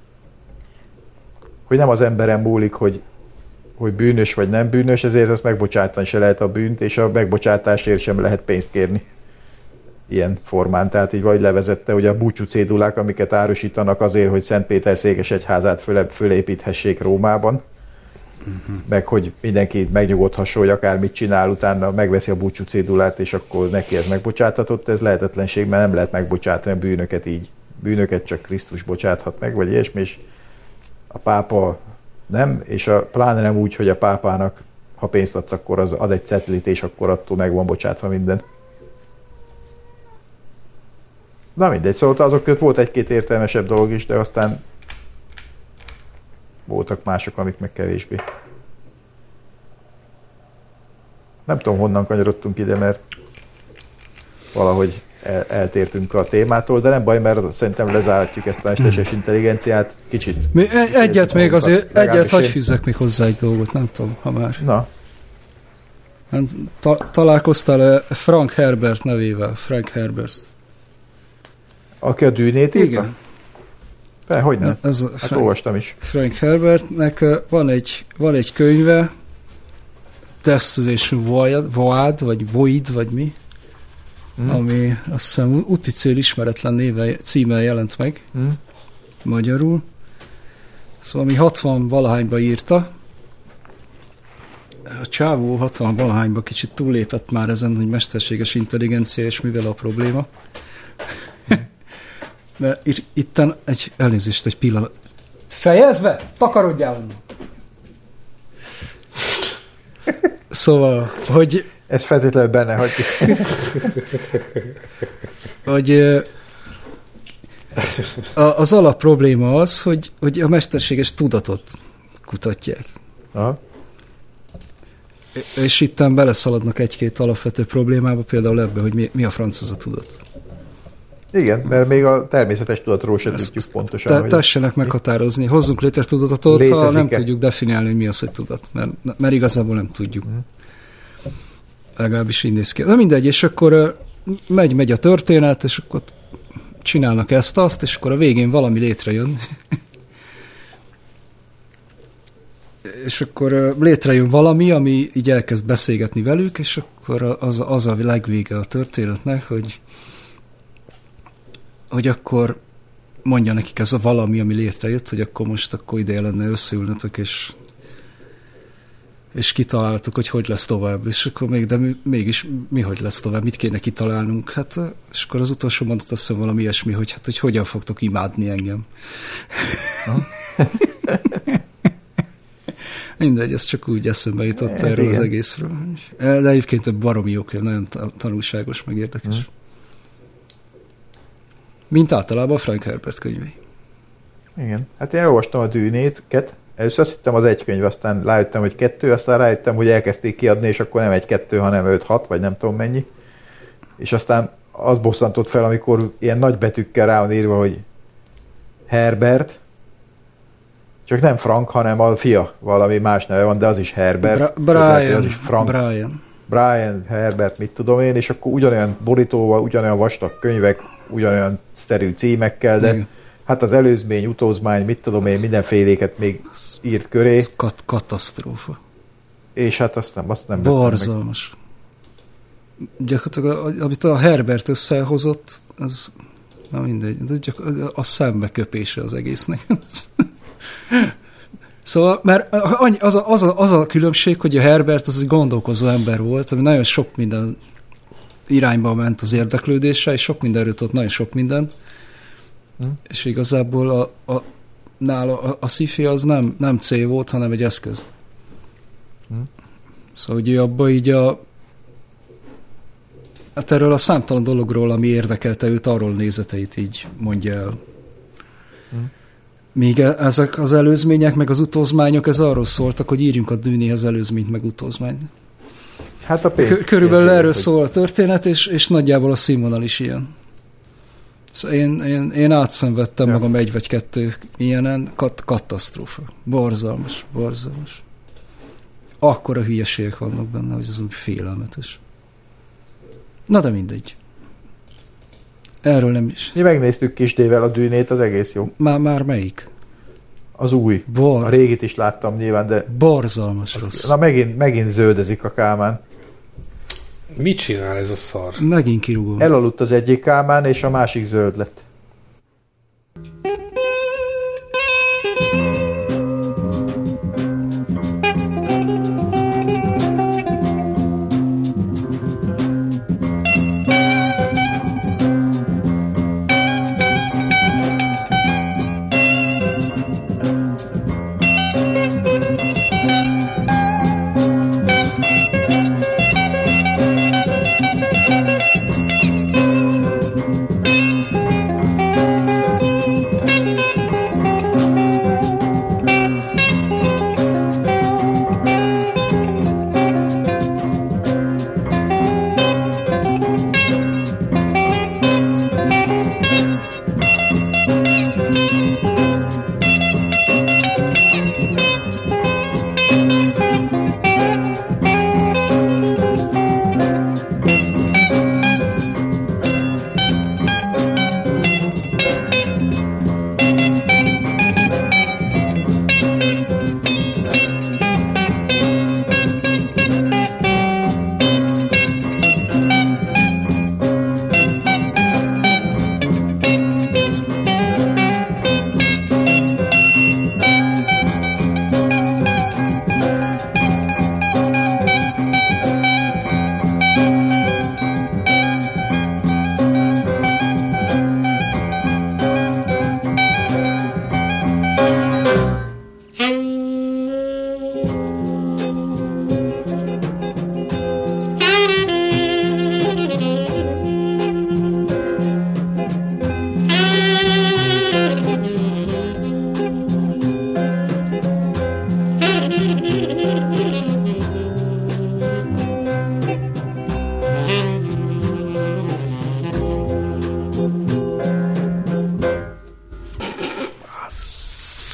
B: Hogy nem az emberen múlik, hogy hogy bűnös vagy nem bűnös, ezért azt megbocsátani se lehet a bűnt, és a megbocsátásért sem lehet pénzt kérni. Ilyen formán. Tehát így vagy levezette, hogy a búcsú cédulák, amiket árusítanak azért, hogy Szentpéter székesegyházát föl, fölépíthessék Rómában, uh-huh. meg hogy mindenki megnyugodhasson, hogy akármit csinál, utána megveszi a búcsú cédulát, és akkor neki ez megbocsátatott. Ez lehetetlenség, mert nem lehet megbocsátani a bűnöket így. Bűnöket csak Krisztus bocsáthat meg, vagy ilyesmi, és a pápa nem, és a, pláne nem úgy, hogy a pápának, ha pénzt adsz, akkor az ad egy cetlit, és akkor attól meg van bocsátva minden. Na mindegy, szóval azok között volt egy-két értelmesebb dolog is, de aztán voltak mások, amik meg kevésbé. Nem tudom, honnan kanyarodtunk ide, mert valahogy el, eltértünk a témától, de nem baj, mert szerintem lezárhatjuk ezt a mesterséges intelligenciát kicsit.
C: Mi, egyet még azért, egyet hagyj fűzzek még hozzá egy dolgot, nem tudom, ha már.
B: Na.
C: Ta, találkoztál Frank Herbert nevével, Frank Herbert.
B: Aki a Dűnét írta?
C: Igen.
B: Be, hogy nem?
C: Ez
B: hát Frank, olvastam is.
C: Frank Herbertnek van egy, van egy könyve, Destination Void, vagy Void, vagy mi, mm. ami azt hiszem úti cél ismeretlen néve, címmel jelent meg, mm. magyarul. Szóval ami hatvan valahányba írta. A csávó hatvan valahányba kicsit túllépett már ezen, hogy mesterséges intelligencia, és mivel a probléma. Mert itt, itten egy elnézést, egy pillanat. Fejezve! Takarodjál! Szóval, hogy...
B: Ez feltétlenül benne hagyjuk.
C: hogy az alap probléma az, hogy, hogy a mesterséges tudatot kutatják. Aha. És itten beleszaladnak egy-két alapvető problémába, például ebbe, hogy mi, mi a franc az a tudat.
B: Igen, mert még a természetes tudatról sem tudjuk pontosan.
C: Te, hogy... Tessenek meghatározni. Hozzunk léteztudatot, ha nem tudjuk definiálni, hogy mi az, hogy tudat. Mert, mert igazából nem tudjuk. Mm. Legalábbis így néz ki. Na mindegy, és akkor megy, megy a történet, és akkor csinálnak ezt-azt, és akkor a végén valami létrejön. és akkor létrejön valami, ami így elkezd beszélgetni velük, és akkor az, az a legvége a történetnek, hogy hogy akkor mondja nekik ez a valami, ami létrejött, hogy akkor most akkor ideje lenne összeülnötök, és és kitaláltuk, hogy hogy lesz tovább, és akkor még, de mi, mégis mi hogy lesz tovább, mit kéne kitalálnunk, hát, és akkor az utolsó mondat azt hiszem valami ilyesmi, hogy hát, hogy hogyan fogtok imádni engem. Mindegy, ez csak úgy eszembe jutott erről igen. Az egészről. De egyébként baromi jó könyv, nagyon tanulságos, meg érdekes. Hmm. Mint általában a Frank Herbert könyvei.
B: Igen, hát én elolvastam a Dűnét-ket, először azt hittem az egy könyv, aztán rájöttem, hogy kettő, aztán rájöttem, hogy elkezdték kiadni, és akkor nem egy-kettő, hanem öt-hat, vagy nem tudom mennyi. És aztán az bosszantott fel, amikor ilyen nagy betűkkel rá van írva, hogy Herbert, csak nem Frank, hanem a fia, valami más neve van, de az is Herbert.
C: Bra- Brian. Az is Frank. Brian.
B: Brian, Herbert, mit tudom én, és akkor ugyanolyan borítóval, ugyanolyan vastag könyvek, ugyanolyan szterű címekkel, de igen. Hát az előzmény, utózmány, mit tudom én, mindenféléket még írt köré.
C: Kat- katasztrófa.
B: És hát azt nem, azt nem
C: borzalmas. Gyakorlatilag, amit a Herbert összehozott, az, na mindegy, de csak a szembeköpése az egésznek. Szóval, mert az a, az, a, az a különbség, hogy a Herbert az egy gondolkozó ember volt, ami nagyon sok minden irányba ment az érdeklődésre, és sok mindenről tudott, nagyon sok minden. Hm. És igazából a, a, nála a, a sci-fi az nem, nem cél volt, hanem egy eszköz. Hm. Szóval, hogy abban így a hát erről a számtalan dologról, ami érdekelte őt, arról nézeteit így mondja el. Hm. Míg ezek az előzmények, meg az utózmányok, ez arról szóltak, hogy írjunk a Dűnéhez előzményt, meg utózmányt.
B: Hát a pénz.
C: Körülbelül erről hogy... szól a történet, és, és nagyjából a színvonal is ilyen. Szóval én, én, én átszenvedtem ja. magam egy vagy kettő ilyenen, kat, katasztrófa. Borzalmas, borzalmas. Akkora hülyeségek vannak benne, hogy az félelmetes. Na de mindegy. Erről nem is.
B: Mi megnéztük Kisdével a Dűnét, az egész jó.
C: Már, már melyik?
B: Az új.
C: Bor...
B: A régit is láttam nyilván, de...
C: Borzalmas
B: az...
C: rossz.
B: Na megint, megint zöldezik a Kálmán.
A: Mit csinál ez a szar?
C: Megint kirúgom.
B: Elaludt az egyik Kálmán, és a másik zöld lett.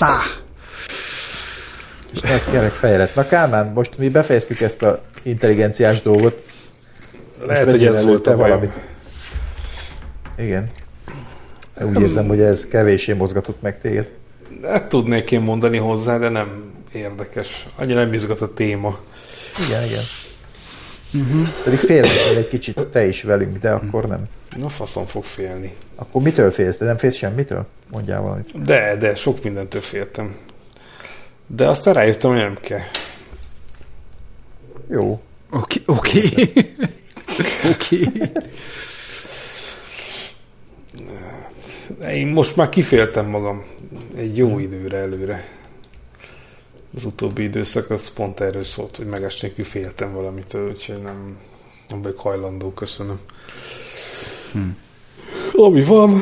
C: Szá!
B: És nagy kerek fejlett. Na Kálmán, most mi befejeztük ezt a intelligenciás dolgot.
A: Lehet, hogy ez volt a valamit.
B: Igen. Úgy érzem, hogy ez kevéssé mozgatott meg téged.
A: Hát tudnék én mondani hozzá, de nem érdekes. Annyira nem izgat a téma.
B: Igen, igen. Uh-huh. Pedig félnél egy kicsit te is velünk, de akkor nem.
A: Na faszom fog félni.
B: Akkor mitől félsz? De nem félsz semmitől? Mondjál valamit.
A: De, de, sok mindentől féltem. De aztán rájöttem, hogy nem kell.
B: Jó.
C: Oké, oké. Oké.
A: Én most már kiféltem magam egy jó időre előre. Az utóbbi időszak az pont erről szólt, hogy megást nélkül féltem valamitől, úgyhogy nem, nem vagyok hajlandó, köszönöm. Hmm. Ami van,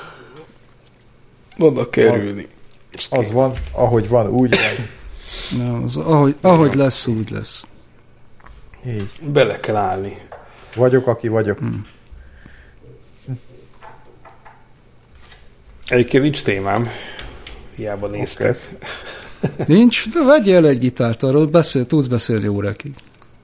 A: vannak kerülni.
B: Az, az van, ahogy van, úgy van.
C: Nem, az, ahogy, ahogy lesz, úgy lesz.
B: Így.
A: Bele kell állni.
B: Vagyok, aki vagyok. Hmm.
A: Egyébként nincs témám. Hiába néztek.
C: Okay. Nincs? De vegyél egy gitárt, arról beszél, tudsz beszélni órákig.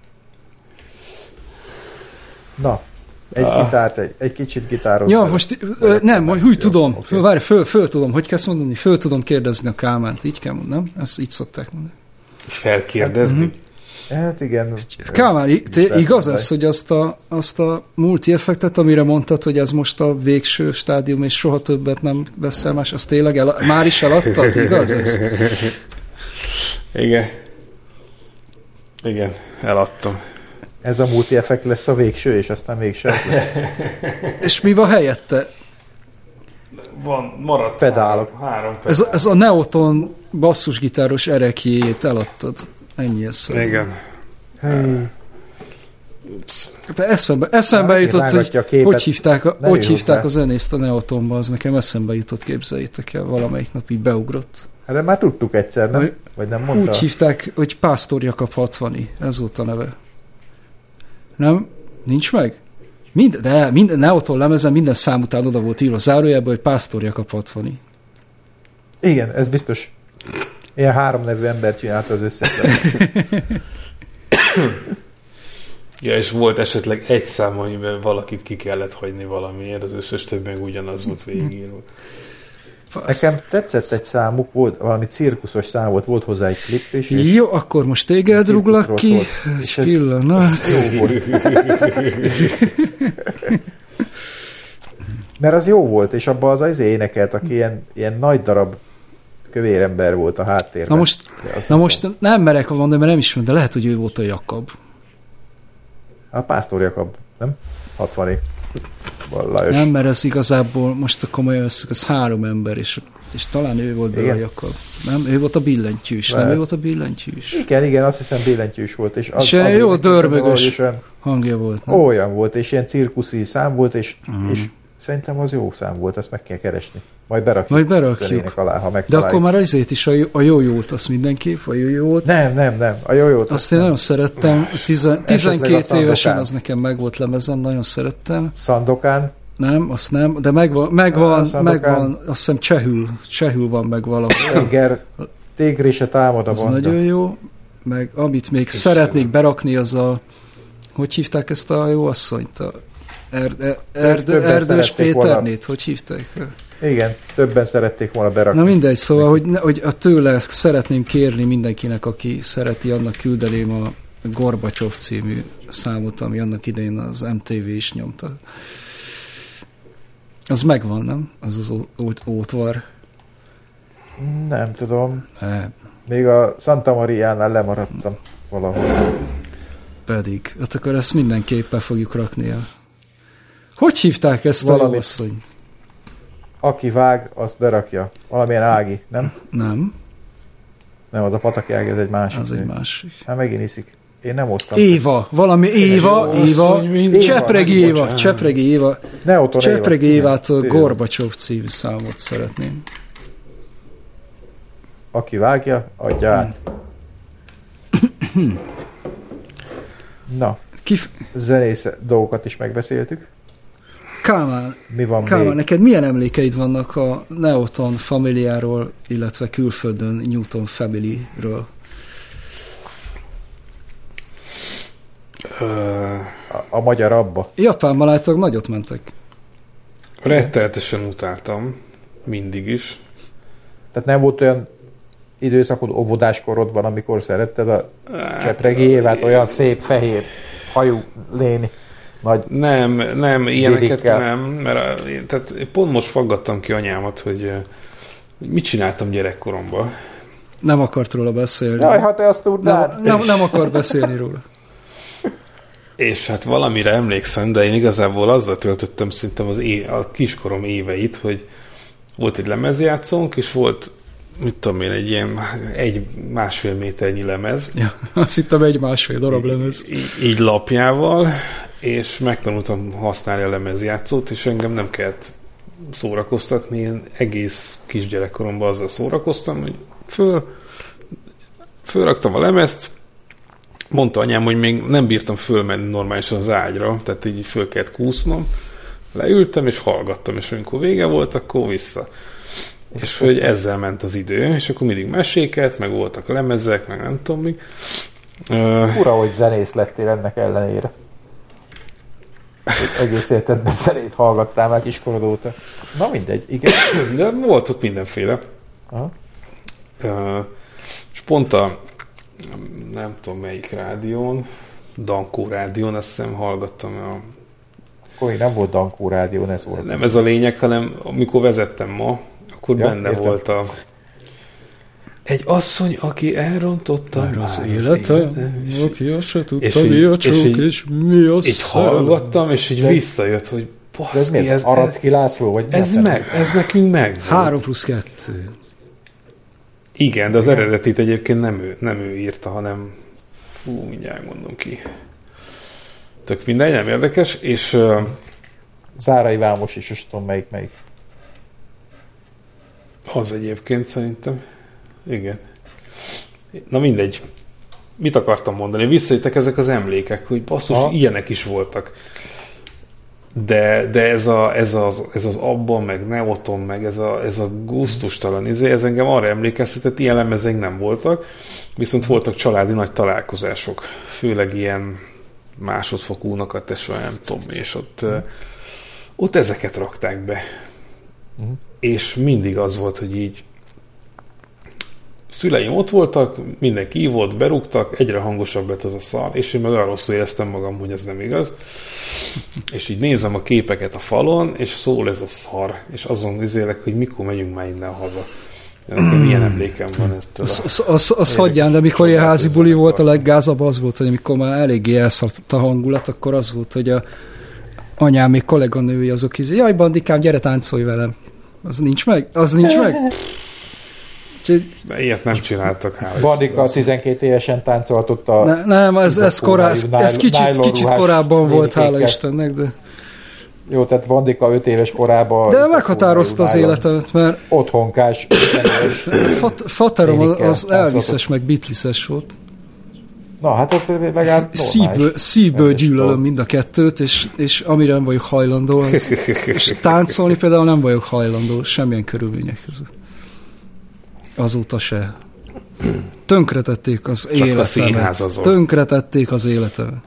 B: Na, egy ah. gitárt, egy, egy kicsit gitározni.
C: Ja, most ö, nem, majd úgy tudom. Okay. Várj, föl, föl tudom. Hogy kell mondani? Föl tudom kérdezni a Kálmánt. Így kell mondani, nem? Ezt így szokták mondani.
A: Felkérdezni? Hát,
B: Hát igen.
C: Kálmán, igaz ez, hogy azt a, azt a multi-effektet, amire mondtad, hogy ez most a végső stádium, és soha többet nem veszel más, azt tényleg el, már is eladtad, igaz ez?
A: Igen. Igen, eladtam.
B: Ez a multi-effekt lesz a végső, és aztán mégsem.
C: És mi van helyette?
A: Van, maradt
B: pedálok.
A: Három, három pedál.
C: Ez, ez a Neoton basszusgitáros erekjéjét eladtad. Ennyi ez.
A: Igen.
B: Hey.
C: Eszembe, eszembe
B: Na,
C: jutott, hogy hogy hívták, a, hogy hívták a zenészt a Neotonba, az nekem eszembe jutott, képzeljétek el, valamelyik nap így beugrott.
B: Hát de már tudtuk egyszer, nem? Vagy, Vagy nem mondta?
C: Úgy hívták, hogy Pásztor Jakab hatvani, ez volt a neve. Nem? Nincs meg? Mind, de minden Neoton lemezen minden szám után oda volt írva zárójelben, hogy Pásztor Jakab hatvani.
B: Igen, ez biztos. Ilyen három nevű ember csinálta az összeset.
A: Ja, és volt esetleg egy szám, amiben valakit ki kellett hagyni valamiért, az összes több meg ugyanaz volt végigírva.
B: Nekem tetszett egy számuk, volt valami cirkuszos szám volt, volt hozzá egy klip is.
C: Jó, akkor most téged rúglak ki. Egy pillanat.
B: Jó volt. Mert az jó volt, és abban az az énekelt, aki ilyen, ilyen nagy darab kövér ember volt a háttérben.
C: Na most, na most nem merek mondani, mert nem ismerem, de lehet, hogy ő volt a Jakab.
B: A Pásztor Jakab, nem? hatvani. Lajos.
C: Nem, mert ez igazából, most a komolyan veszük, az három ember, és, és talán ő volt be a Jakab. Nem? Ő volt a billentyűs, nem ő volt a billentyűs.
B: Igen, igen, azt hiszem billentyűs volt. És, az,
C: és az jó dörmögös hangja volt. Nem?
B: Olyan volt, és ilyen cirkuszi szám volt, és, mm. és szerintem az jó szám volt, ezt meg kell keresni. Majd berakjuk.
C: Majd berakjuk.
B: Alá, ha
C: de akkor már azért is a, a jó-jót, azt mindenképp, a jó-jót.
B: Nem, nem, nem, a jó-jót.
C: Azt, azt én nem. nagyon szerettem, Tizen, tizenkét évesen az nekem meg volt lemezen, nagyon szerettem.
B: Szandokán.
C: Nem, azt nem, de megvan, megvan, megvan, azt hiszem csehül, csehül van meg valahol.
B: Tenger, tégrése támad a
C: az
B: banda.
C: nagyon jó, meg amit még és szeretnék berakni, az a, hogy hívták ezt a jó asszonyt? A Erd, erd, Erdős Péternét, hogy hívták?
B: Igen, többen szerették volna berakni.
C: Na mindegy, szóval, hogy, hogy a tőle szeretném kérni mindenkinek, aki szereti, annak küldeném a Gorbacsov című számot, ami annak idején az em té vé is nyomta. Az megvan, nem? Az az ótvar.
B: Nem tudom.
C: E.
B: Még a Santa Mariánál lemaradtam valahol.
C: Pedig. Hát akkor ezt mindenképpen fogjuk rakni el. Hogy hívták ezt Valamit. a asszonyt?
B: Aki vág, azt berakja. Valamilyen Ági, nem?
C: Nem.
B: Nem, az a Pataki Ági, ez egy másik.
C: Az egy másik.
B: Hát megint iszik. Én nem osztam.
C: Éva, valami Éva, Éva, Csepregi Éva, Csepregi Éva, Csepregi Évát a Gorbacsov című számot szeretném.
B: Aki vágja, adja át. Na, Kif- zenész dolgokat is megbeszéltük.
C: Kálmán,
B: mi van
C: Kálmán
B: még?
C: Neked milyen emlékeid vannak a Newton Familiáról, illetve külföldön Newton Family-ről?
B: A, a magyar abba.
C: Japánban állítólag nagyot mentek.
A: Rettenetesen utáltam. Mindig is.
B: Tehát nem volt olyan időszakod óvodáskorodban, amikor szeretted a Csepregi Évát, olyan szép, fehér hajú léni. Nagy
A: nem, nem, ilyeneket
B: Didikkel.
A: nem, mert tehát pont most faggattam ki anyámat, hogy, hogy mit csináltam gyerekkoromban.
C: Nem akart róla beszélni.
B: Jaj, hát te azt tudnád.
C: Nem, nem, nem akar beszélni róla.
A: És hát valamire emlékszem, de én igazából azzal töltöttem szerintem az é- a kiskorom éveit, hogy volt egy lemezjátszónk, és volt, mit tudom én, egy ilyen egy másfél méternyi lemez.
C: Ja, azt hittem egy másfél darab lemez.
A: Így, így lapjával, és megtanultam használni a lemezjátszót, és engem nem kellett szórakoztatni. Én egész kisgyerekkoromban azzal szórakoztam, hogy föl, fölraktam a lemezt, mondta anyám, hogy még nem bírtam fölmenni normálisan az ágyra, tehát így föl kellett kúsznom, leültem és hallgattam, és amikor vége volt, akkor vissza. És hogy ezzel ment az idő, és akkor mindig meséket, meg voltak lemezek, meg nem tudom mi.
B: Fura, hogy zenész lettél ennek ellenére. Hogy egész életedben zenét hallgattál már kiskorod óta. Na mindegy, igen.
A: De volt ott mindenféle.
B: Aha.
A: Uh, és pont a nem tudom melyik rádión, Dankó rádión, azt hiszem hallgattam a...
B: Akkor még nem volt Dankó rádió, ne szólok.
A: Nem ez a lényeg, hanem amikor vezettem ma, akkor ja, benne értem. Volt a... Egy asszony, aki elrontotta
C: már az életem, aki azt se tudta, mi a csók,
A: és,
C: és mi a
A: így hallgattam, és így visszajött, hogy
B: baszki, ez, ez Aracki László, vagy
A: ez, meg, ez nekünk meg volt.
C: Három plusz kettő.
A: Igen, de az igen. Eredetit egyébként nem ő, nem ő írta, hanem fú, mindjárt mondom ki. Tök mindegy, nem érdekes, és... Uh,
B: Zárai Vámos is, és tudom melyik, melyik.
A: Az egyébként szerintem. Igen. Na mindegy. Mit akartam mondani? Visszajöttek ezek az emlékek, hogy basszus, ha. Ilyenek is voltak. De, de ez, a, ez, az, ez az abban, meg Neoton, meg ez a, ez a gusztustalan izé, ez engem arra emlékeztetett, ilyen lemezeink nem voltak, viszont voltak családi nagy találkozások. Főleg ilyen másodfokú unokatesó, nem tudom, és ott, mm. ott ezeket rakták be. Mm. És mindig az volt, hogy így szüleim ott voltak, mindenki volt, berúgtak, egyre hangosabb lett az a szar, és én meg olyan rosszul éreztem magam, hogy ez nem igaz. És így nézem a képeket a falon, és szól ez a szar, és azon izélek, hogy mikor megyünk már innen haza. Nekem ilyen emlékem van eztől.
C: Az, az, az hagyján, de amikor ilyen házi buli volt, a leggázabb az volt, hogy amikor már eléggé elszart a hangulat, akkor az volt, hogy a anyám még kolléganői azok izé, jaj, bandikám, gyere táncolj velem. Az nincs meg? Az nincs meg?
A: Úgyhogy... De ilyet nem csináltak.
B: Bandika tizenkét évesen táncoltott a...
C: Ne, nem, ez, ez, korá, ez, ez kicsit, kicsit korábban volt, hála Istennek, de...
B: Jó, tehát Bandika öt éves korában...
C: De meghatározta az életemet, mert...
B: Otthonkás.
C: Fat, Faterom az, az Elvis-es, meg Beatles-es volt.
B: Na, hát ez legalább
C: Szívből, szívből gyűlölöm mind a kettőt, és, és amire nem vagyok hajlandó, az, és táncolni például nem vagyok hajlandó, semmilyen körülmények között. Azóta se. Tönkretették az
A: csak
C: életemet.
A: A
C: Tönkretették az életemet.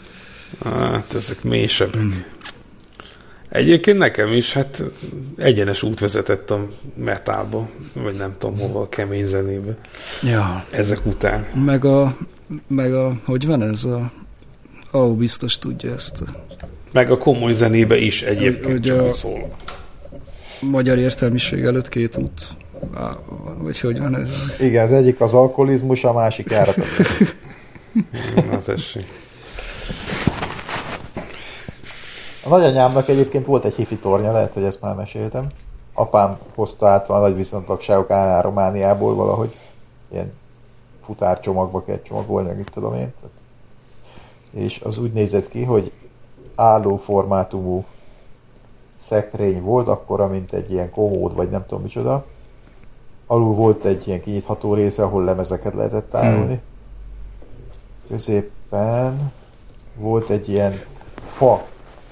A: Hát ezek mélyesebbek. Hmm. Egyébként nekem is, hát egyenes út vezetett a metálba, vagy nem tudom hova, a kemény zenébe.
C: Ja.
A: Ezek után.
C: Meg a, meg a, hogy van ez a, ó, biztos tudja ezt.
A: Meg a komoly zenébe is egyébként hogy csak a szól.
C: Magyar értelmiség előtt két út. Á, vagy hogy van ez?
B: Igen, az egyik az alkoholizmus, a másik járatot.
A: Na tessék.
B: A nagyanyámnak egyébként volt egy hifi tornya, lehet, hogy ezt már meséltem. Apám hozta át a nagy viszontagságok állán Romániából valahogy. Ilyen futárcsomagba kell csomagolni, mit tudom én. És az úgy nézett ki, hogy álló formátumú szekrény volt, akkora, mint egy ilyen komód, vagy nem tudom micsoda. Alul volt egy ilyen kinyitható része, ahol lemezeket lehetett tárolni. Középen volt egy ilyen fa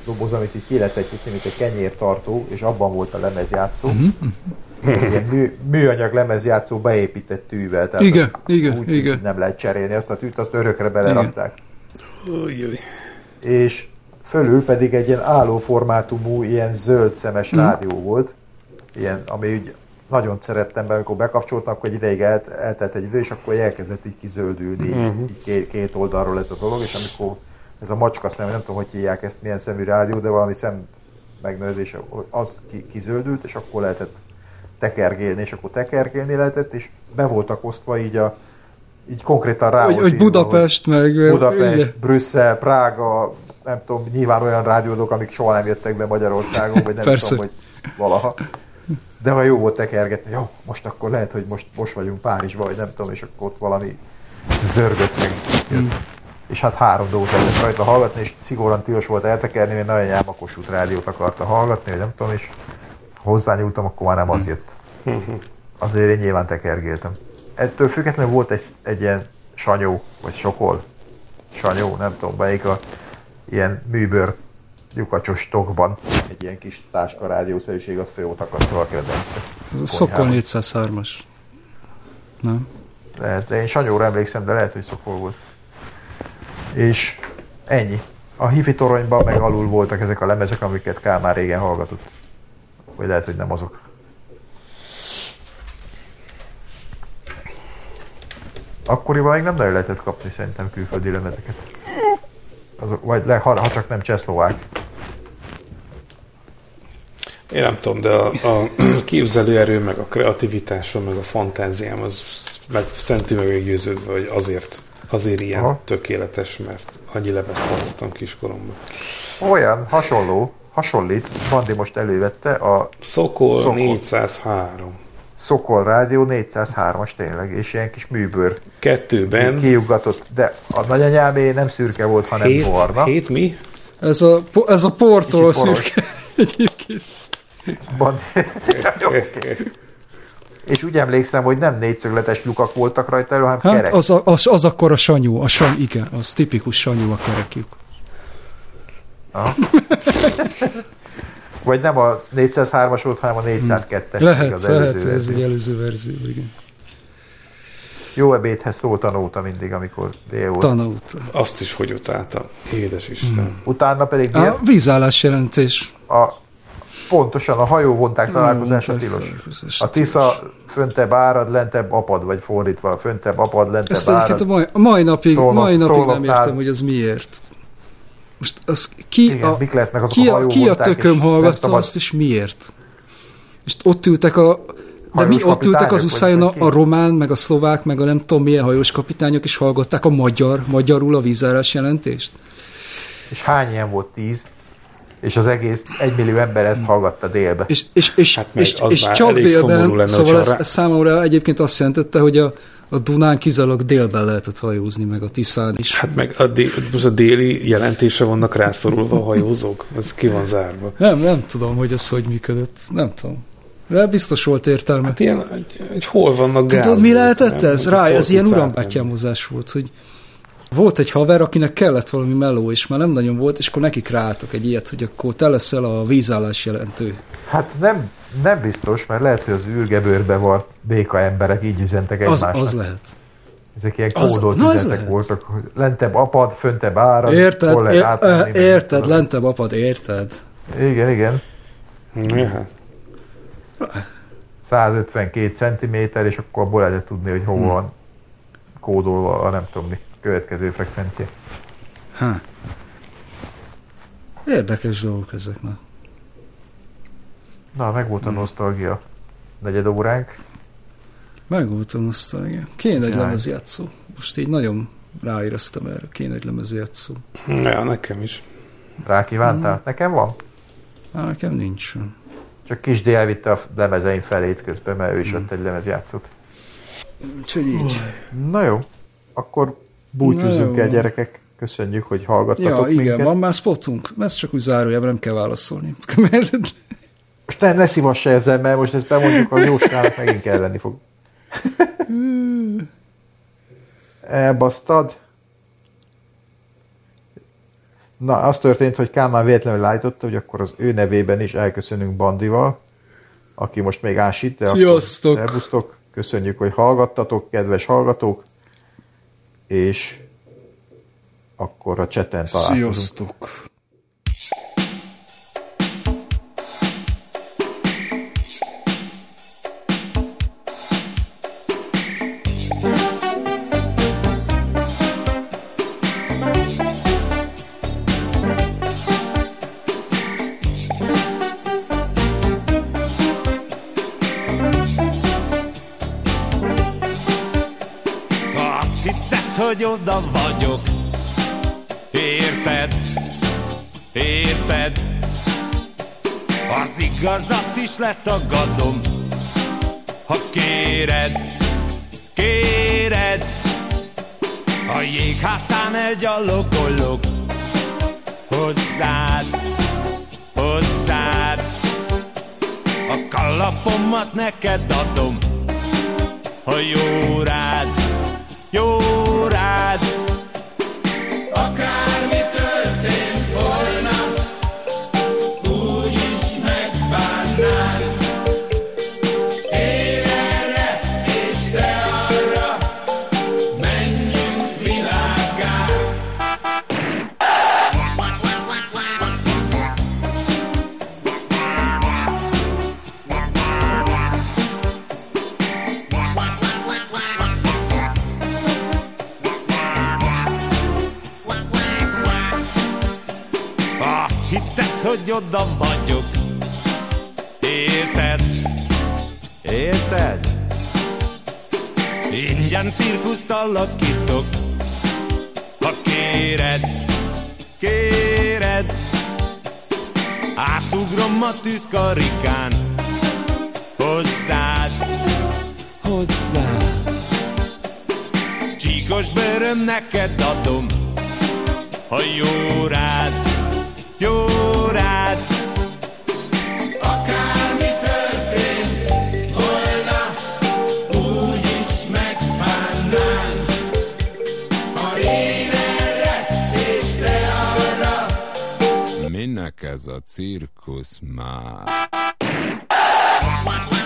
B: doboz, amit így ki lehetett nyitni, mint egy kenyértartó, és abban volt a lemezjátszó. Mm-hmm. Ilyen mű, műanyag lemezjátszó beépített tűvel. Tehát
C: igen, igen,
B: úgy,
C: igen.
B: Nem lehet cserélni azt a tűt, azt örökre belerakták.
A: Ujjj.
B: És fölül pedig egy ilyen állóformátumú, ilyen zöld szemes mm. rádió volt, ilyen, ami úgy nagyon szerettem be, amikor bekapcsoltam, akkor egy ideig el, eltelt egy idő, és akkor elkezdett így kizöldülni mm-hmm. így két, két oldalról ez a dolog, és amikor ez a macska szem, nem tudom, hogy hívják ezt, milyen szemű rádió, de valami szem megnőzés, az kizöldült, és akkor lehetett tekergélni, és akkor tekergélni lehetett, és be voltak osztva így a így konkrétan rá
C: hogy, hogy Budapest, meg...
B: Budapest, ugye? Brüsszel, Prága, nem tudom, nyilván olyan rádiódok, amik soha nem jöttek be Magyarországon, vagy nem
C: Persze.
B: tudom, hogy valaha. De ha jó volt tekergetni, jó, most akkor lehet, hogy most, most vagyunk Párizsban, vagy nem tudom, és akkor ott valami zörgött meg. Hmm. És hát három dolgot lehetett rajta hallgatni, és szigorúan tilos volt eltekerni, mert nagyon nyám a Kossuth rádiót akarta hallgatni, vagy nem tudom, és hozzányúltam, akkor már nem az jött. Azért én nyilván tekergéltem. Ettől függetlenül volt egy, egy ilyen sanyó, vagy sokol, sanyó, nem tudom, melyik a ilyen műbőr lyukacsos tokban, egy ilyen kis táska rádiószerűség, az föl volt akasztva a kedvencre.
C: Ez a Szokol négyszázhármas. Nem?
B: Lehet, de én sanyóra emlékszem, de lehet, hogy Szokol volt. És ennyi. A hifi toronyban meg alul voltak ezek a lemezek, amiket Kálmán régen hallgatott. Vagy lehet, hogy nem azok. Akkoriban még nem nagyon lehetett kapni szerintem külföldi lemezeket. Azok, vagy le, ha, ha csak nem csehszlovák.
A: Én nem tudom, de a, a képzelőerő, meg a kreativitásom, meg a fantáziám, az meg szentű meg győződve, hogy azért, azért ilyen Aha. tökéletes, mert annyi lemezt hallottam kiskoromban.
B: Olyan, hasonló, hasonlít, Bandi most elővette a
A: Szokol, Szokol. négyszázhárom.
B: Szokol rádió négyszázhármas tényleg, és ilyen kis műbőr.
A: Kettőben.
B: Kiugatott, de a nagyanyámé nem szürke volt, hanem
A: hét,
B: barna.
A: Hét mi?
C: Ez a, ez a portól szürke egyébként.
B: És úgy emlékszem, hogy nem négyszögletes lukak voltak rajta elő, hanem
C: hát
B: kerek.
C: Az, az, az akkor a sanyú, a sany, igen, az tipikus sanyú a kerekjuk.
B: Vagy nem a négyszázhármas volt, hanem a négyszázkettes.
C: Lehet,
B: az
C: lehet,
B: verzió.
C: Ez egy előző verzió, igen.
B: Jó ebédhez szó tanulta mindig, amikor dél volt.
C: Tanulta.
A: Azt is hogy utáltam. Édes Isten. Hmm.
B: Utána pedig
C: a miért? Vízállás jelentés.
B: A, pontosan a hajóvonták találkozása tilos. A Tisza föntebb árad, lentebb apad, vagy fordítva, föntebb apad, lentebb
C: Ezt
B: árad.
C: Ezt a mai, a mai napig,
B: szólok,
C: mai napig nem
B: szóloknál.
C: értem, hogy ez miért. Most az ki,
B: Igen,
C: a, ki, a, ki a tököm hallgatta azt, és miért? És ott ültek a... De mi ott ültek az uszájon a, a román, meg a szlovák, meg a nem tudom milyen hajós kapitányok, és hallgatták a magyar, magyarul a vízállás jelentést?
B: És hány ilyen volt? Tíz? És az egész egymillió ember ezt hallgatta délbe.
C: És, és, és,
A: hát
C: és, és csak délben, lenne, szóval ez, rá... ez számomra egyébként azt jelentette, hogy a, a Dunán kizárólag délben lehetett hajózni, meg a Tiszán is.
A: Hát meg a, dél, most a déli jelentésre vannak rászorulva a hajózók? Ez ki van zárva?
C: Nem, nem tudom, hogy ez hogy működött. Nem tudom. De biztos volt értelme.
A: Hát ilyen, hogy, hogy hol vannak gázok.
C: Tudod, mi lehetett nem? ez? Rá, ez ilyen urambátyámozás volt, hogy volt egy haver, akinek kellett valami meló, és már nem nagyon volt, és akkor nekik ráálltak egy ilyet, hogy akkor te leszel a vízállás jelentő.
B: Hát nem, nem biztos, mert lehet, hogy az űrgebőrben van béka emberek, így üzentek egymásnak.
C: Az, az lehet.
B: Ezek ilyen kódolt az, üzenetek voltak, hogy lentebb apad, föntebb árad,
C: érted,
B: hol lehet átmenni.
C: Érted, érted lentebb apad, érted?
B: Igen, igen.
A: Ja.
B: százötvenkét centiméter, és akkor abból lehet tudni, hogy hol van kódolva a nem tudom mi, következő frekvencia.
C: Ha. Érdekes dolgok ezeknek.
B: Na, meg volt a nosztalgia. Negyed óránk.
C: Meg volt a nosztalgia. Kéne egy lemezjátszó. Most így nagyon ráéreztem erre. Kéne egy lemezjátszó.
A: Ja, nekem is.
B: Rákívántál? Hmm. Nekem van?
C: Há, nekem nincs.
B: Csak Kisdé elvitte a lemezeim felét közben, mert ő is vett egy lemezjátszót.
C: Úgyhogy így.
B: Na jó, akkor búcsúzzunk el, gyerekek. Köszönjük, hogy hallgattatok
C: ja,
B: minket.
C: igen, van már spotunk. Ez csak úgy zárójában, nem kell válaszolni.
B: Most ne, ne szívassa ezzel, mert most ezt bemondjuk, a Jóskának megint kelleni fog. Elbasztad? Na, az történt, hogy Kálmán véletlenül állította, hogy akkor az ő nevében is elköszönünk Bandival, aki most még ásít, de
C: Sziasztok!
B: Akkor szervusztok, köszönjük, hogy hallgattatok, kedves hallgatók, és akkor a cseten találkozunk.
C: Sziasztok!
E: Hogy oda vagyok, érted, érted, az igazat is letagadom, ha kéred, kéred, a jég hátán elgyalogolok, hozzád, hozzád, a kalapomat neked adom, ha jó rád, jó rád. Akármi történt volna, úgyis megbánnánk. Én erre és te arra, menjünk világgá. Hogy oda vagyok, érted, érted? Ingyen cirkuszt alakítok, ha kéred, kéred. Átugrom a tűzkarikán, hozzád, hozzád. Csíkos bőröm neked adom, ha jó rád, jó rád. Akármi történt volna, úgyis megbánnánk. Ha én erre és te arra, minek ez a cirkusz már?